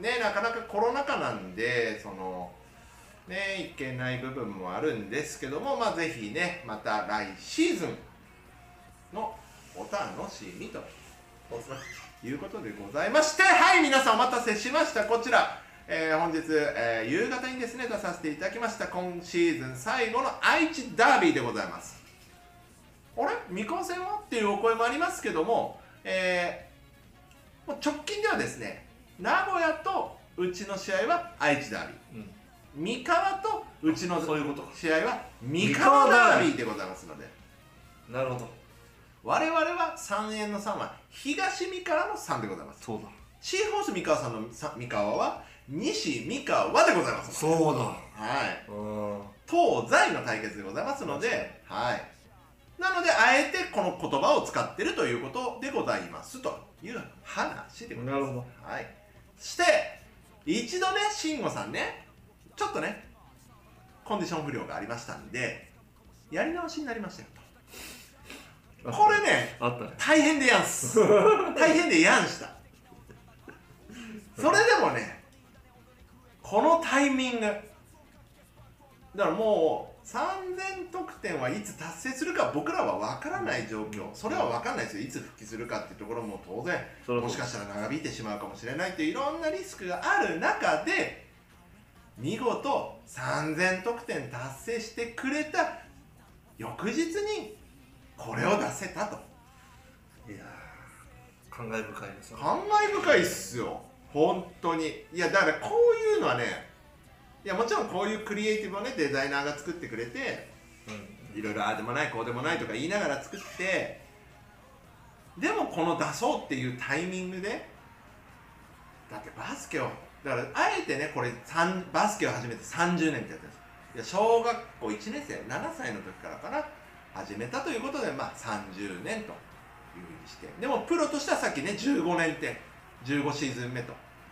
ね、なかなかコロナ禍なんで、ね、いけない部分もあるんですけども、ぜひね、また来シーズンのお楽しみと。いうことでございまして、はい、皆さんお待たせしました。こちら、本日、夕方にですね、出させていただきました今シーズン最後の愛知ダービーでございます。あれ三河戦はっていうお声もありますけども、もう直近ではですね、名古屋とうちの試合は愛知ダービー、三河とうちのそういうこと試合は三河ダービーでございますので、 なるほど我々は3円の3は東三河の3でございます。 そうだシーホース三河さんの三河は西三河でございます。 そうだはいうん東西の対決でございますので、はいなのであえてこの言葉を使ってるということでございますという話でございます。 なるほどはいそして一度ね慎吾さんねちょっとねコンディション不良がありましたんでやり直しになりましたよとこれねあったね大変でやんす大変でやんしたそれでもねこのタイミングだからもう3000得点はいつ達成するか僕らは分からない状況それは分からないですよいつ復帰するかっていうところも当然もしかしたら長引いてしまうかもしれないっていういろんなリスクがある中で見事3000得点達成してくれた翌日にこれを出せたといやー感慨深いですよ感慨深いっすよ本当にいやだからこういうのはねいやもちろんこういうクリエイティブをねデザイナーが作ってくれていろいろああでもないこうでもないとか言いながら作ってでもこの出そうっていうタイミングでだってバスケをだからあえてねこれバスケを始めて30年ってやってるんですいや小学校1年生7歳の時からかな始めたということで30年というふうにしてでもプロとしてはさっきね15年って15シーズン目と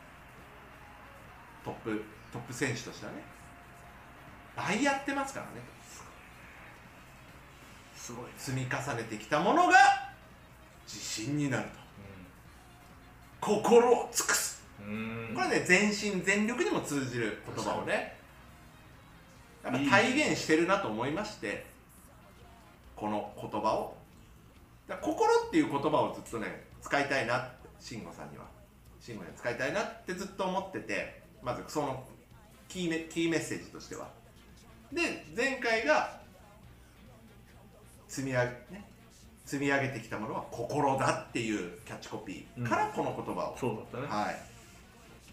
トップ選手としてはね倍やってますからねすごい積み重ねてきたものが自信になると、心を尽くすこれね全身全力にも通じる言葉をねやっぱ体現してるなと思いまして、この言葉を心っていう言葉をずっとね使いたいなって慎吾さんに使いたいなってずっと思ってて、まずそのキーメッセージとしてはで、前回が積み上げてきたものは心だっていうキャッチコピーからこの言葉を、 そうだったね。 はい、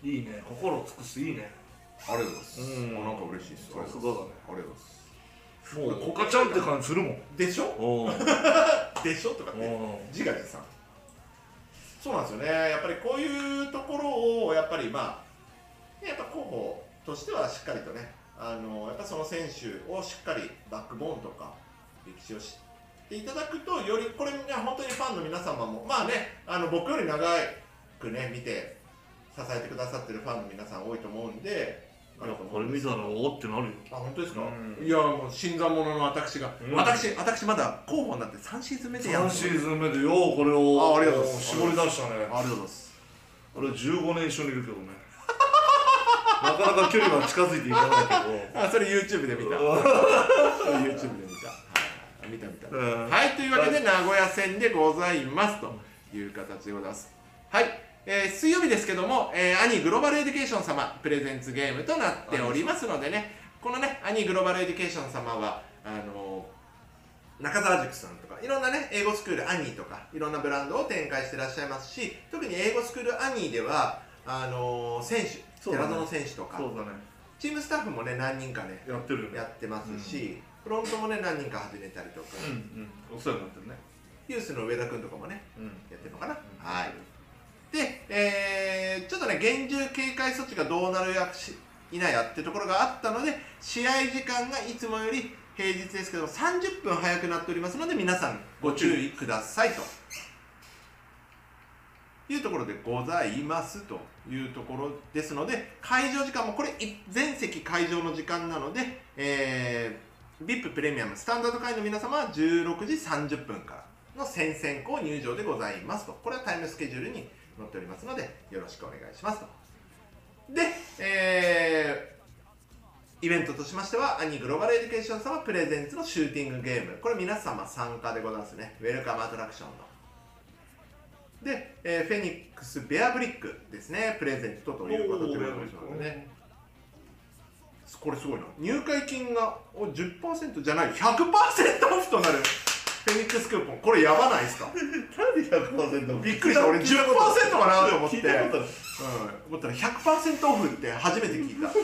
いいね、心を尽くす、いいね。 ありがとうございます。なんか嬉しいです。 さすがだね。 ありがとうございます。 もうコカちゃんって感じするもん。 でしょおでしょとかって自画自賛。そうなんですよね。やっぱりこういうところをやっぱりまあやっぱ候補としてはしっかりとねやっぱその選手をしっかりバックボーンとか歴史を知っていただくとよりこれね本当にファンの皆様もまあね僕より長くね見て支えてくださってるファンの皆さん多いと思うんで。 これ見たらおってなるよ。 あ、本当ですか。いやもう新参者の私が、私まだ候補になって3シーズン目でやん。 3シーズン目でようこれをありがとうございます。 絞り出したね。 ありがとうございます。 俺15年一緒にいるけどね。なかなか距離が近づいていかないけど。 それ YouTube で見た。YouTube で見た。はい、というわけで名古屋戦でございますという形でございます。はい。水曜日ですけども、兄グローバルエデュケーション様プレゼンツゲームとなっておりますのでね、このね兄グローバルエデュケーション様は中澤塾さんとかいろんなね英語スクールアニーとかいろんなブランドを展開してらっしゃいますし、特に英語スクールアニーでは選手、寺園選手とか、 そうだね、 チームスタッフもね何人かねやってるよね、 やってますし、フロントもね何人か始めたりとか、 お世話になってるね。 ユースの上田君とかもね、やってるのかな。はい。で、ちょっとね厳重警戒措置がどうなるやいないやってところがあったので、試合時間がいつもより平日ですけど30分早くなっておりますので、皆さんご注意くださいというところでございますというところですので、会場時間もこれ全席会場の時間なので、VIP プレミアムスタンダード会員の皆様は16時30分からの先行入場でございますと、これはタイムスケジュールに載っておりますのでよろしくお願いしますと。で、イベントとしましては兄グローバルエデュケーション様プレゼンツのシューティングゲーム、これ皆様参加でございますね。ウェルカムアトラクションので、フェニックスベアブリックですね、プレゼントという形でございますのでね、これすごいな、入会金が 10% じゃない 100% オフとなるフェニックスクーポン、これやばないですか？ なんで 100%？ びっくりした、俺 10% かなと思って、思ったら 100% オフって初めて聞いた。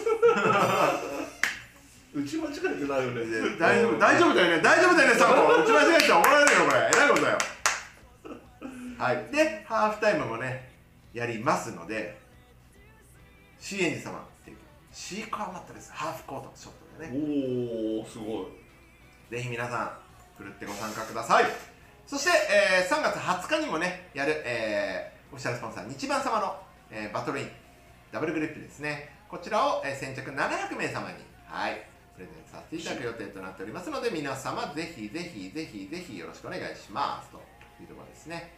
打ち間違えてないよね。 大丈夫だよね、サンコ。打ち間違えたら怒られるよ、これ。えらいことだよ。はい。で、ハーフタイムもね、やりますので、シーエンジ様っていう、シーカーマットです。ハーフコートショットでね。 おー、すごい。 ぜひ皆さん、ふるってご参加ください。そして、3月20日にもね、やる、オフィシャルスポンサー、日番様の、バトルイン、ダブルグリップですね。こちらを、先着700名様に、はい、プレゼントさせていただく予定となっておりますので、皆様、ぜひぜひぜひぜひよろしくお願いしますというところですね。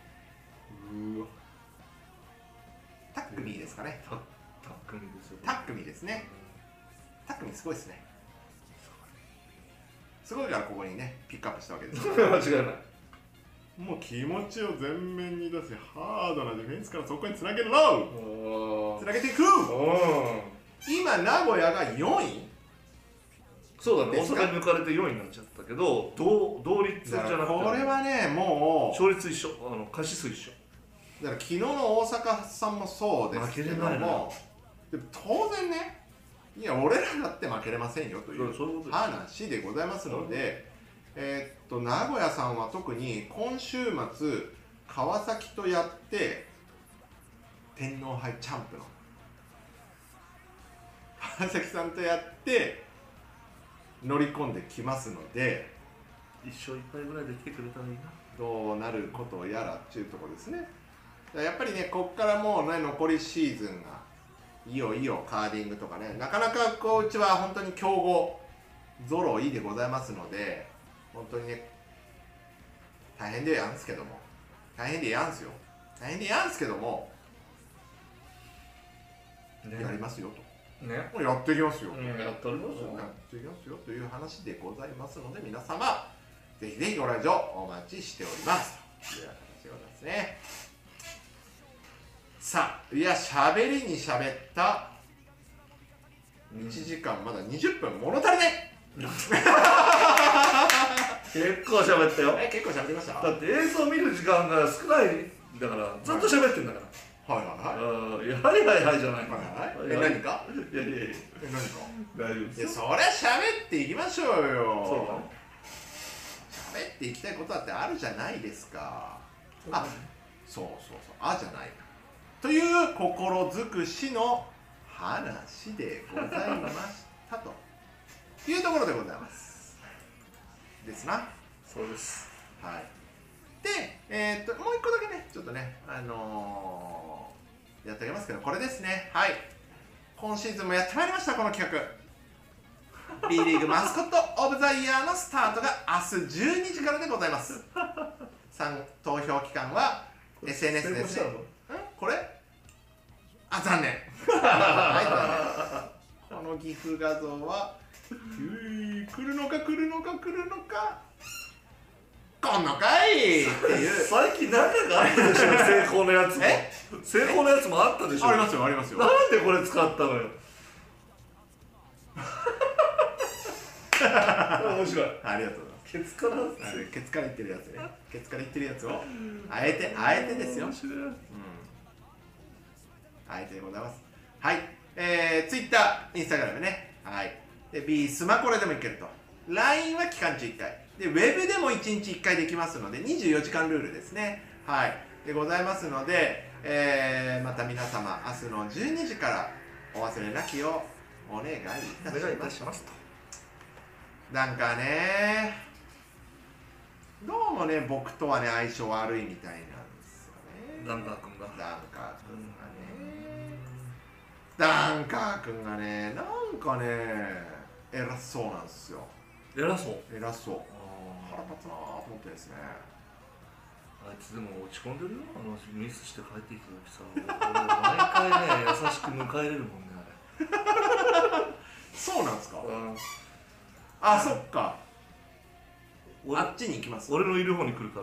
タックミーですかね。 タックミーですよ。 タックミーですね。タックミーすごいですね。すごいからここにねピックアップしたわけです間違いない。 もう気持ちを前面に出し、ハードなディフェンスからそこにつなげるの、つなげていく。今名古屋が4位。 そうだね、大阪に抜かれて4位になっちゃったけど、同率じゃなくて、 これはねもう勝率一緒、勝ち数一緒だから。昨日の大阪さんもそうですけども、でも当然ね、いや俺らだって負けれませんよという話でございますので、名古屋さんは特に今週末川崎とやって天皇杯チャンプの川崎さんとやって乗り込んできますので、 1勝1敗ぐらいで来てくれたらいいな。 どうなることやらっていうところですね。やっぱりね、こっからもうね残りシーズンがいよいよカーディングとかね、なかなかこううちは本当に強豪揃いでございますので、本当にね大変でやんすけども、大変でやんすけども、 ねやりますよと、 ね、 やっていきますよ、 やっておりますよ。 やっていきますよという話でございますので、皆様ぜひぜひご来場お待ちしておりますという話でございますね。さあ、いや喋りに喋った1時間まだ20分物足りない。 結構喋ったよ。 結構喋りました。 だって映像見る時間が少ないだからずっと喋ってんだから。 はいはいいやはいはいはいじゃない。 はいはい。何か？ いやいやいや、 何か？ 大丈夫ですよ。 いや、そりゃ喋っていきましょうよ。 そうだね。 喋っていきたいことだってあるじゃないですか。あ、そうあじゃないかという心尽くしの話でございましたというところでございますですな。 そうです。 はい。で、もう一個だけね、ちょっとね、やってあげますけど、これですね。はい。今シーズンもやってまいりました、この企画。B リーグマスコットオブザイヤーのスタートが明日12時からでございます。投票期間は SNS ですね。これあ、残念。はい、残念。この岐阜画像は来るのかこんのかいっていう最近何かがあったでしょ。成功のやつも成功のやつもあったでしょ。 ありますよありますよ。 なんでこれ使ったのよ。面白い。 ありがとうございます。 ケツからケツから言ってるやつね。ケツから言ってるやつをあえてですよ。あえてでございます。はい。Twitter、Instagram ね。はい。で、B スマコレでもいけると。LINE は期間中1回。で、ウェブでも1日1回できますので、24時間ルールですね。はい。でございますので、また皆様、明日の12時からお忘れなきをお願いいたしますと。なんかね、どうもね、僕とはね、相性悪いみたいなんですよね。 ダンカー君がなんかね、偉そうなんですよ。 偉そう。 腹立つなと思ってですね。 あいつでも落ち込んでるよ。ミスして帰ってきた時さ、俺毎回ね、優しく迎えれるもんね、あれ。 そうなんですか？あ、そっか。あっちに行きます。 俺のいる方に来るから、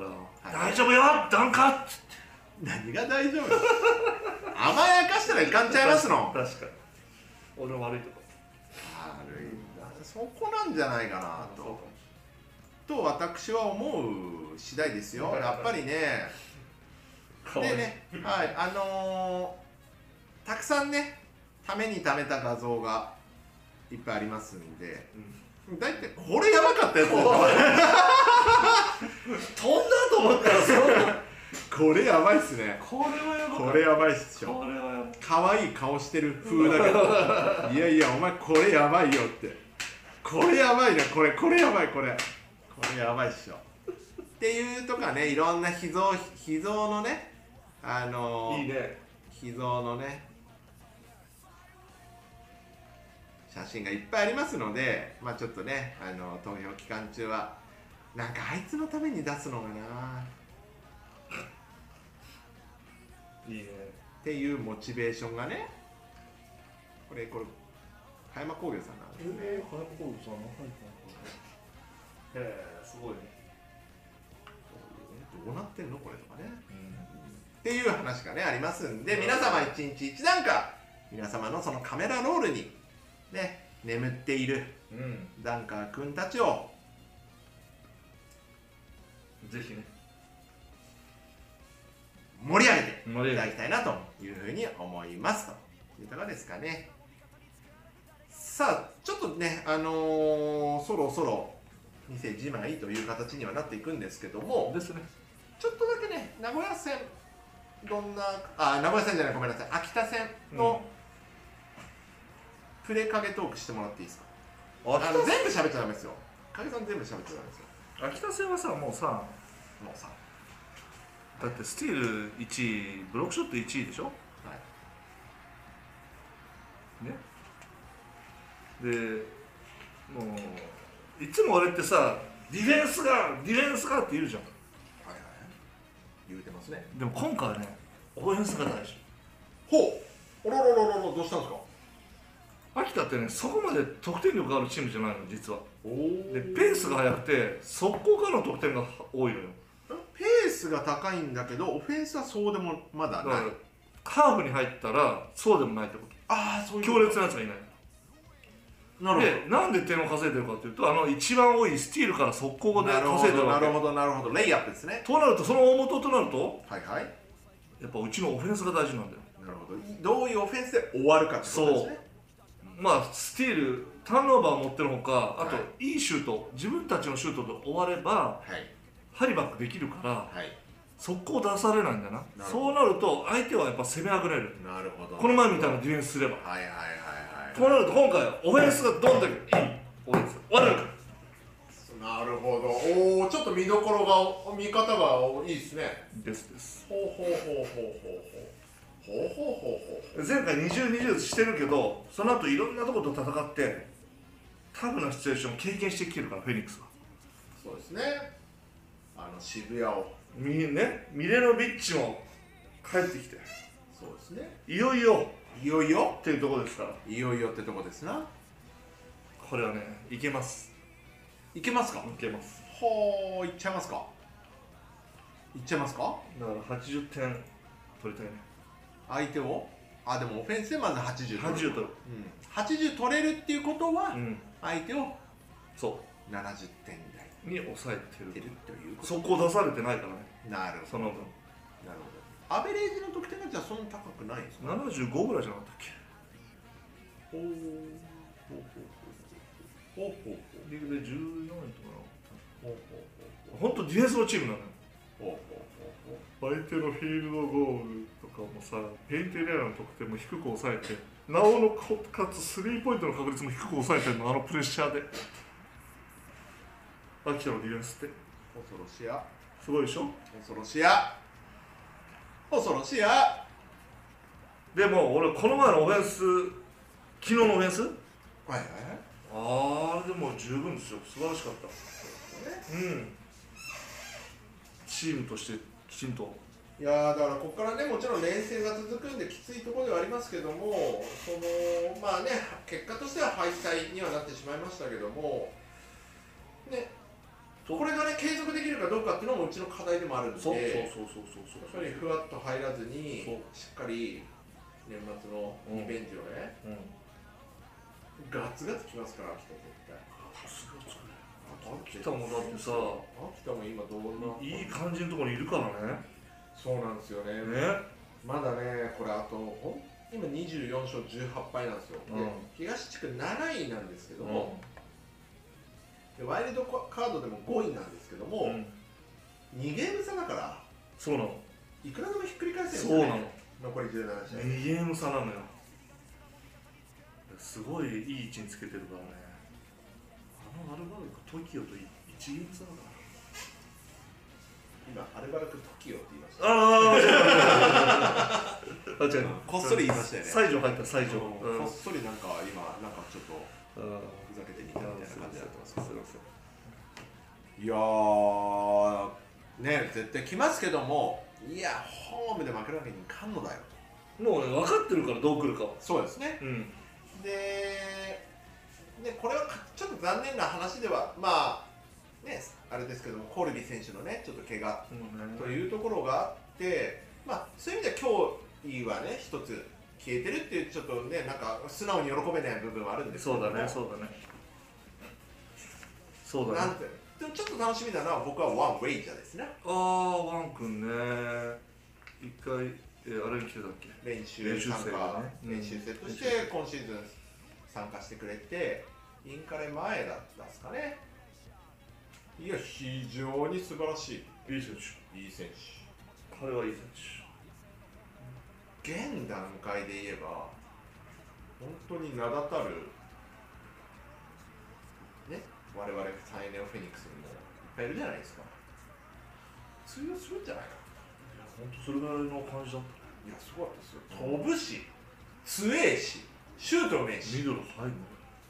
大丈夫よ、ダンカーっつって。 何が大丈夫？甘やかしたらいかんちゃいますの。 確かに。俺の悪いとこ。 悪いんだ。そこなんじゃないかなと私は思う次第ですよ。やっぱりね。でね、はい、たくさんね、ためにためた画像がいっぱいありますんで、だいたいこれやばかったやつですよ。 飛んだと思ったらこれやばいっすね。 これはやばい。 これやばいっしょ。 これはやばい。 可愛い顔してる風だけど、いやいやお前これやばいよって。これやばいな、これやばい、これやばいっしょ。っていうとかね、いろんな秘蔵のね、 いいね。 秘蔵のね写真がいっぱいありますので、まあちょっとね、投票期間中はなんかあいつのために出すのがないいねっていうモチベーションがね、これ葉山工業さんなんですね。 葉山工業さんのへえ、すごいね。 どうなってんのこれとかね、っていう話がねありますんで、皆様一日一段階、皆様のそのカメラロールにね眠っているダンカー君たちをぜひね盛り上げていただきたいなというふうに思いますというところですかね。さあちょっとねそろそろ店じまいという形にはなっていくんですけどもですね。 ちょっとだけね名古屋線名古屋線じゃない、ごめんなさい、秋田線のプレ影トークしてもらっていいですか？全部喋っちゃダメですよ。影さん全部喋っちゃダメですよ。 秋田戦はさ、もうさ、だってスティール1位、ブロックショット1位でしょ。はい。ね。で、もういつも俺ってさ、ディフェンスがって言うじゃん。 はいはい。言うてますね。 でも今回はね、オフェンスが大事。 ほう。 おろろろろろ、どうしたんですか？ 秋田ってね、そこまで得点力があるチームじゃないの実は。 おでペースが速くて速攻からの得点が多いのよ。 ペースが高いんだけどオフェンスはそうでもまだない。 だからハーフに入ったらそうでもないってこああ、そうと。強烈なやつがいない。 なるほど。 でなんで点を稼いでるかというと、一番多いスティールから速攻で稼いでるわけ。 なるほどなるほど、レイアップですね。 となるとその大元となるとはいはい、 やっぱうちのオフェンスが大事なんだよ。 なるほど。どういうオフェンスで終わるかってことですね。 まあスティールターンオーバーを持ってるほか、あと、 はいいシュート、自分たちのシュートで終わればはいハリバックできるからはい速攻出されないんだな。 ほどそうなると相手はやっぱ攻めあぐれる。 なるほど。 この前みたいなディフェンスすれば。 はいはいはいとなると今回はオフェンスがどんだけいいオフェンス悪いか。 はい。なるほど。おお、ちょっと見どころが見方がいいですね。 ですほうほうほうほうほうほうほうほうほうほう。 前回20してるけど、その後いろんなとこと戦ってタフなシチュエーションを経験してきてるからフェニックスは。 そうですね。渋谷を。 ミレノビッチも帰ってきてそうですね。 いよいよいよいよっていうところですから、 いよいよってとこですな。 これはねいけます。 いけますか？ いけます。 ほー、いっちゃいますか？いっちゃいますか？ だから80点取りたいね。 相手をでもオフェンスでまず80 80取る。 うん、80取れるっていうことは、 うん相手をそ 70点台うに抑えてる。 出るということ。 速攻出されてないからね。 なるほど。 その分なるほど。アベレージの得点がじゃあそんな高くないんですか？ 75ぐらいじゃなかったっけ。 ほうほうほうほうほうリーグで14位とかほうな。ほんとディフェンスのチームなのよ。 ほうほうほうほう相手のフィールドゴールとかもさ、ペイントエリアの得点も低く抑えて、なおのかつスリーポイントの確率も低く抑えてるの、プレッシャーで。秋田のディフェンスって恐ろしやすごいでしょ。 恐ろしや恐ろしや。 でも俺この前のオフェンス、昨日のオフェンス、 はいはいはい。 あれでも十分ですよ。素晴らしかった。チームとしてきちんと。 いやだからここからね、もちろん連戦が続くんできついところではありますけども、まあね、結果としては敗退にはなってしまいましたけどもね、これがね継続できるかどうかっていうのもうちの課題でもあるんで、 そうやっぱりふわっと入らずにしっかり年末のリベンジをね、ガツガツきますから、秋田絶対。 秋田もだってさ、 秋田も今どんな、 いい感じのところにいるからね。 そうなんですよね。まだね、これあと今24勝18敗なんですよ。で東地区7位なんですけども、でワイルドカードでも5位なんですけども、2ゲーム差だからそうなの。 いくらでもひっくり返せるんですそうなの。 残り17試合。 2ゲーム差なのよ。すごいいい位置につけてるからね。アルバルク TOKIO と1ゲーム差だから。 今アルバルク TOKIO って言いました。 あ違う。 こっそり言いましたよね。 西条入った西条。 こっそりなんか今なんかちょっとふざけてみたみたいな感じになってますけど。いやーね、絶対来ますけども、いやホームで負けるわけにいかんのだよと。 もうね分かってるからどう来るかは。 そうですね。でこれはちょっと残念な話ではまあねあれですけども、コルビ選手のねちょっと怪我というところがあって、まあそういう意味では脅威はね一つ消えてるっていう、ちょっとねなんか素直に喜べない部分はあるんですけども。 そうだねそうだねそうだね。 なんてでもちょっと楽しみなのは僕はワン・ウェイジャーですね。 ワン君ね、一回あれに来てたっけ。 練習参加、練習生として今シーズン参加してくれて、インカレ前だったんですかね。いや非常に素晴らしい。 いい選手。 いい選手。 彼はいい選手。 現段階で言えば本当に名だたるね、我々サイネオフェニックスにもいっぱいいるじゃないですか。通用するんじゃないかな。 本当それぐらいの感じだった。 いやすごかったですよ。飛ぶし強えしシュートうめえしミドル入るの。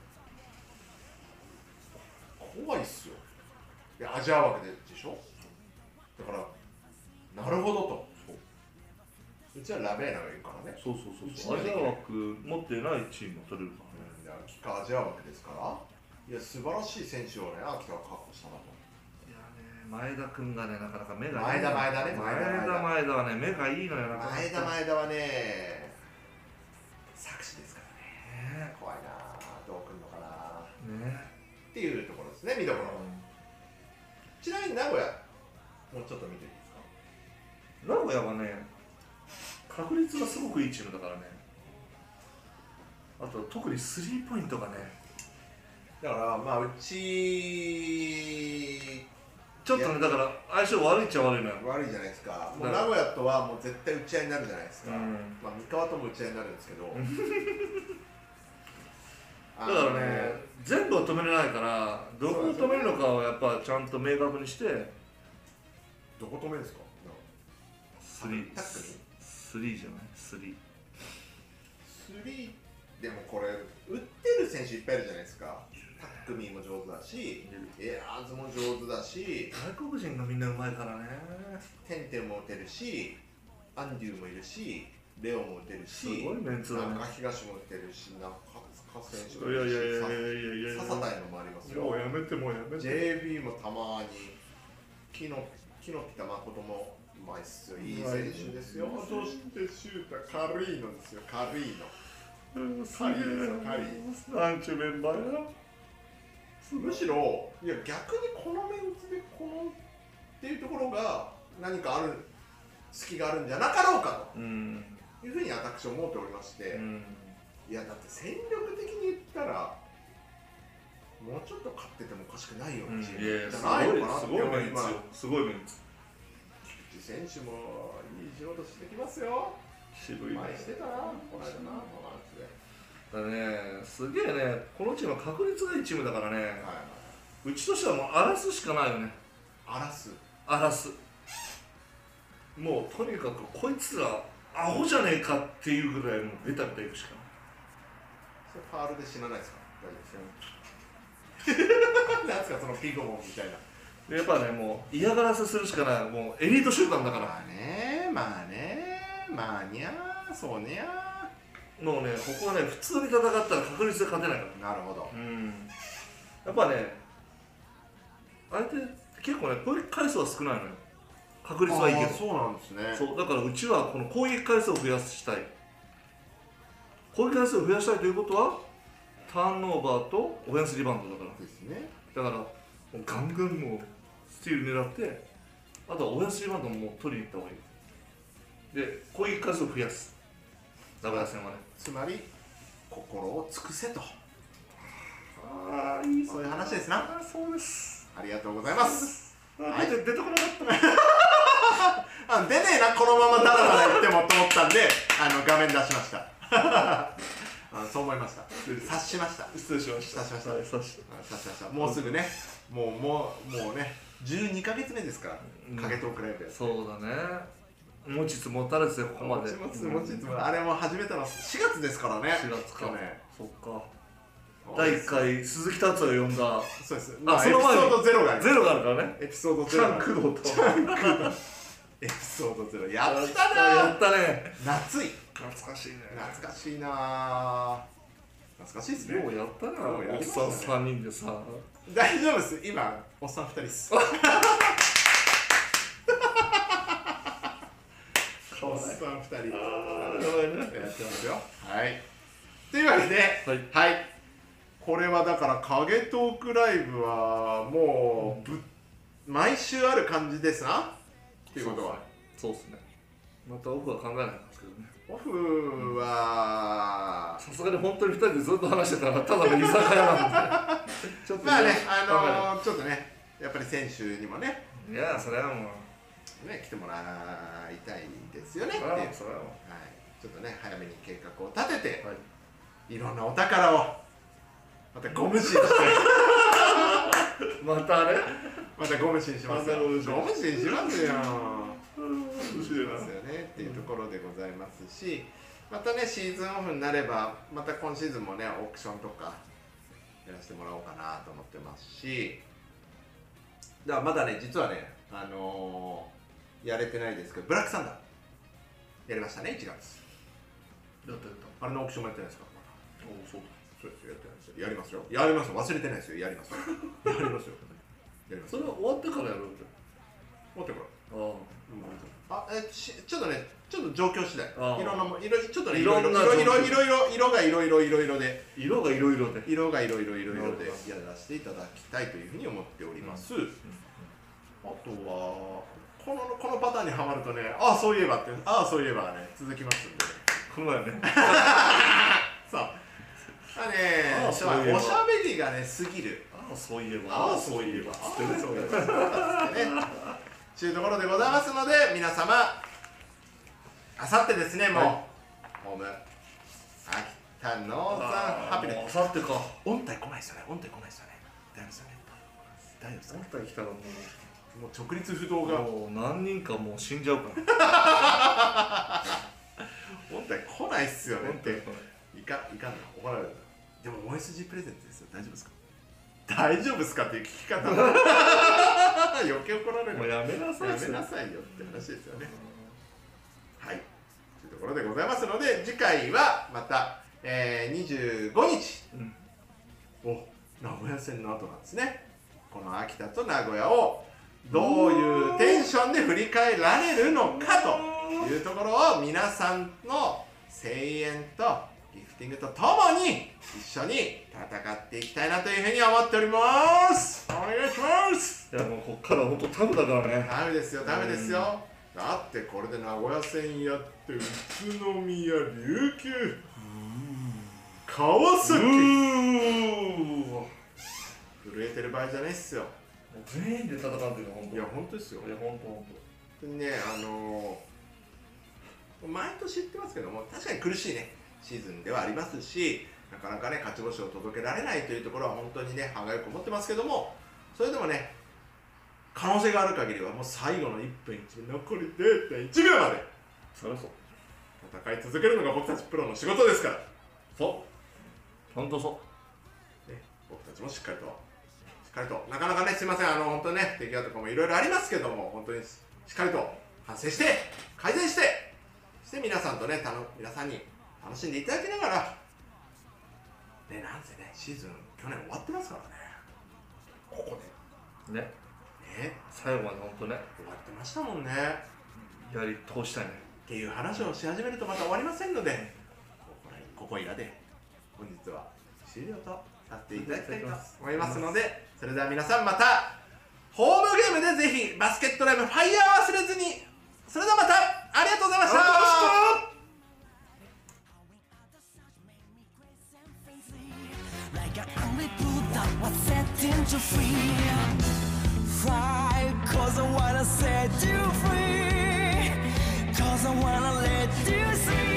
怖いっすよ。いやアジア枠でしょ。だからなるほどと。 うちはラベーナがいるからね。 そうそうそうそう。アジア枠持ってないチームも取れるからね。 秋川アジア枠ですから。いや素晴らしい選手をね、秋川確保したなと。 いやね、前田君がね、なかなか目が前田ね、 前田はね、目がいいのよな。 前田はね、作詞ですからね。怖いな、どうくんのかな。 ね。 っていうところですね、見どころ。ちなみに名古屋、もうちょっと見ていいですか。 名古屋はね、確率がすごくいいチームだからね。あと特にスリーポイントがね。 だからまあうちちょっとね、だから相性悪いっちゃ悪いのよ。 悪いじゃないですか。もう名古屋とはもう絶対打ち合いになるじゃないですか。まあ三河とも打ち合いになるんですけど。 だからね、全部は止めれないから、どこを止めるのかをやっぱちゃんと明確にして。 どこ止めるんですか。 スリーじゃない、スリーでもこれ打ってる選手いっぱいいるじゃないですか。タックミーも上手だし、エアーズも上手だし、 外国人がみんなうまいからね。 テンテンも打てるし、アンデューもいるし、レオも打てるし、 すごいメンツだね。 中東も打てるし、中塚選手もいるし、 笹田のもありますよ。 もうやめて。 JB もたまに、木のピタ誠もうまいっすよ。いい選手ですよ。そしてシューター、カリーノですよ。カリーノ。 カリーノ。なんちゅうメンバーや。 むしろ、いや逆にこのメンツでこのっていうところが何か隙があるんじゃなかろうかというふうに私は思っておりまして、いやだって戦力的に言ったらもうちょっと勝っててもおかしくないようなチームじゃないのかなって思います。 すごいメンツ。 菊池選手もいい仕事してきますよ。 渋いね。 前してたな、この間な、 だね、すげえね、このチームは確率がいいチームだからね、 はい、 うちとしてはもう荒らすしかないよね。 荒らすもうとにかくこいつらアホじゃねえかっていうぐらいもうベタベタいくしかない。 それファールで死なないですか。大丈夫ですよなんですかそのピゴモンみたいな。 やっぱね、もう嫌がらせするしかない。もうエリート集団だから。 まあにゃー、そうねやもうね、ここはね、普通に戦ったら確率で勝てないから。 なるほど。 やっぱね、相手結構ね、攻撃回数は少ないのよ。確率はいいけど。 そうなんですね。 そうだからうちはこの攻撃回数を増やしたい。攻撃回数を増やしたいということはターンオーバーとオフェンスリバウンドだからですね。 だからもうガンガンもうスティール狙って、あとはオフェンスリバウンドももう取りに行った方がいい。で攻撃回数を増やす。名古屋戦はね、 つまり心を尽くせと。 いいそういう話ですな。 そうです。 ありがとうございます。 はい、出てこなかった出ねえなこのままダラダラ言ってもと思ったんで画面出しましたそう思いました。察しました。 失礼しました。 察しました。もうすぐね、もうね、12ヶ月目ですから、影トークライブやって。 そうだね。持ちつ持たれつでここまで。 あれも始めたの4月ですからね。 4月か。そっか。 第 1回鈴木達也を呼んだ。 そうです。 あ、その前にエピソード0がある。 0があるからね。 エピソード0。 チャンクドと。 エピソード0。やったな。 やったね。 夏い。 懐かしいね。 懐かしいな。懐かしいですね。 ようやったな。おっさん3人でさ。 大丈夫です。今おっさん2人です。おっさん2人。やってますよ。はい。というわけで、はい。これはだから影トークライブはもう毎週ある感じですな。っていうことは。 そうですね。またオフは考えないんですけどね。 オフはさすがに本当に2人でずっと話してたらただの居酒屋なんでちょっとまあね、ちょっとね、やっぱり選手にもね、 いやそれはもうね来てもらいたいですよねっていう、はい、ちょっとね早めに計画を立てて、いろんなお宝をまたゴムシにしてまたね、 またゴムシにしますよ。ゴムシにしますよ。 ですよねっていうところでございますし、またねシーズンオフになればまた今シーズンもねオークションとかやらせてもらおうかなと思ってますし、だからまだね実はねやれてないですけどブラックサンダーやりましたね、1月。 やったあれのオークションもやってないですか？ おお、そうだ。 そうですよ、やってないですよ。やりますよ。やりますよ。忘れてないですよ。やりますよ。やりますよ。やりますよ。 それは終わってからやるんだよ。 持ってこい。 あちょっとね、ちょっと状況次第。いああろんなもちょっとね、 いろんな色がいろいろで、 色がいろいろで。 色がいろいろでやらせていただきたいというふうに思っております。あとはこのパターンにはまるとね、ああそういえばって、ああそういえばがね続きますんで。 この前ね。 そう。 ああそういえばおしゃべりがね過ぎる。 ああそういえば。 ああそういえば。そういえば。そういえば。ね。というところでございますので、皆様あさってですね、もう、ホーム秋田ノーザンハピネス。 あさってか。 音体来ないですよね。音体来ないですよね。大丈夫ですよね。大丈夫ですか？ 本体来たらももう直立不動が。 う何人かもう死んじゃうから。 音体来ないっすよねって。 本体いかんな、怒られる。でも OSG プレゼントですよ。大丈夫ですか？大丈夫ですかっていう聞き方。余計怒られる。 もうやめなさい。 やめなさいよって話ですよね。はい。というところでございますので、次回はまた、25日、名古屋戦の後なんですね。この秋田と名古屋をどういうテンションで振り返られるのかというところを皆さんの声援とギフティングとともに一緒に戦っていきたいなというふうに思っております。お願いします。 いやもうこっから本当タフだからね。 ダメですよ、ダメですよ。だってこれで名古屋戦やって宇都宮、琉球、川崎震えてる場合じゃないっすよ。 全員で戦ってるの本当。 いや本当ですよ。 いや本当。 ね、毎年言ってますけども、確かに苦しいねシーズンではありますし、なかなかね勝ち星を届けられないというところは本当にね歯がゆく思ってますけども、それでもね可能性がある限りはもう最後の1分1残り 0.1 秒までそりゃそう。 戦い続けるのが僕たちプロの仕事ですから。 そう本当そね、僕たちもしっかりとなかなかねすいません本当にね出来とかもいろいろありますけども、本当にしっかりと反省して改善して、そして皆さんとね皆さんに楽しんでいただきながらね、なんせねシーズン去年終わってますからね、ここうね。 でね最後まで本当ね終わってましたもんねやり通したいねっていう話をし始めるとまた終わりませんので、ここいらで本日は終了とさせていただきたいと思いますので、それでは皆さんまたホームゲームでぜひバスケットライブファイヤー忘れずに。それではまたありがとうございました。 Like an angry Buddha was setting you free. Fight, 'cause I wanna set you free. 'Cause I wanna let you see.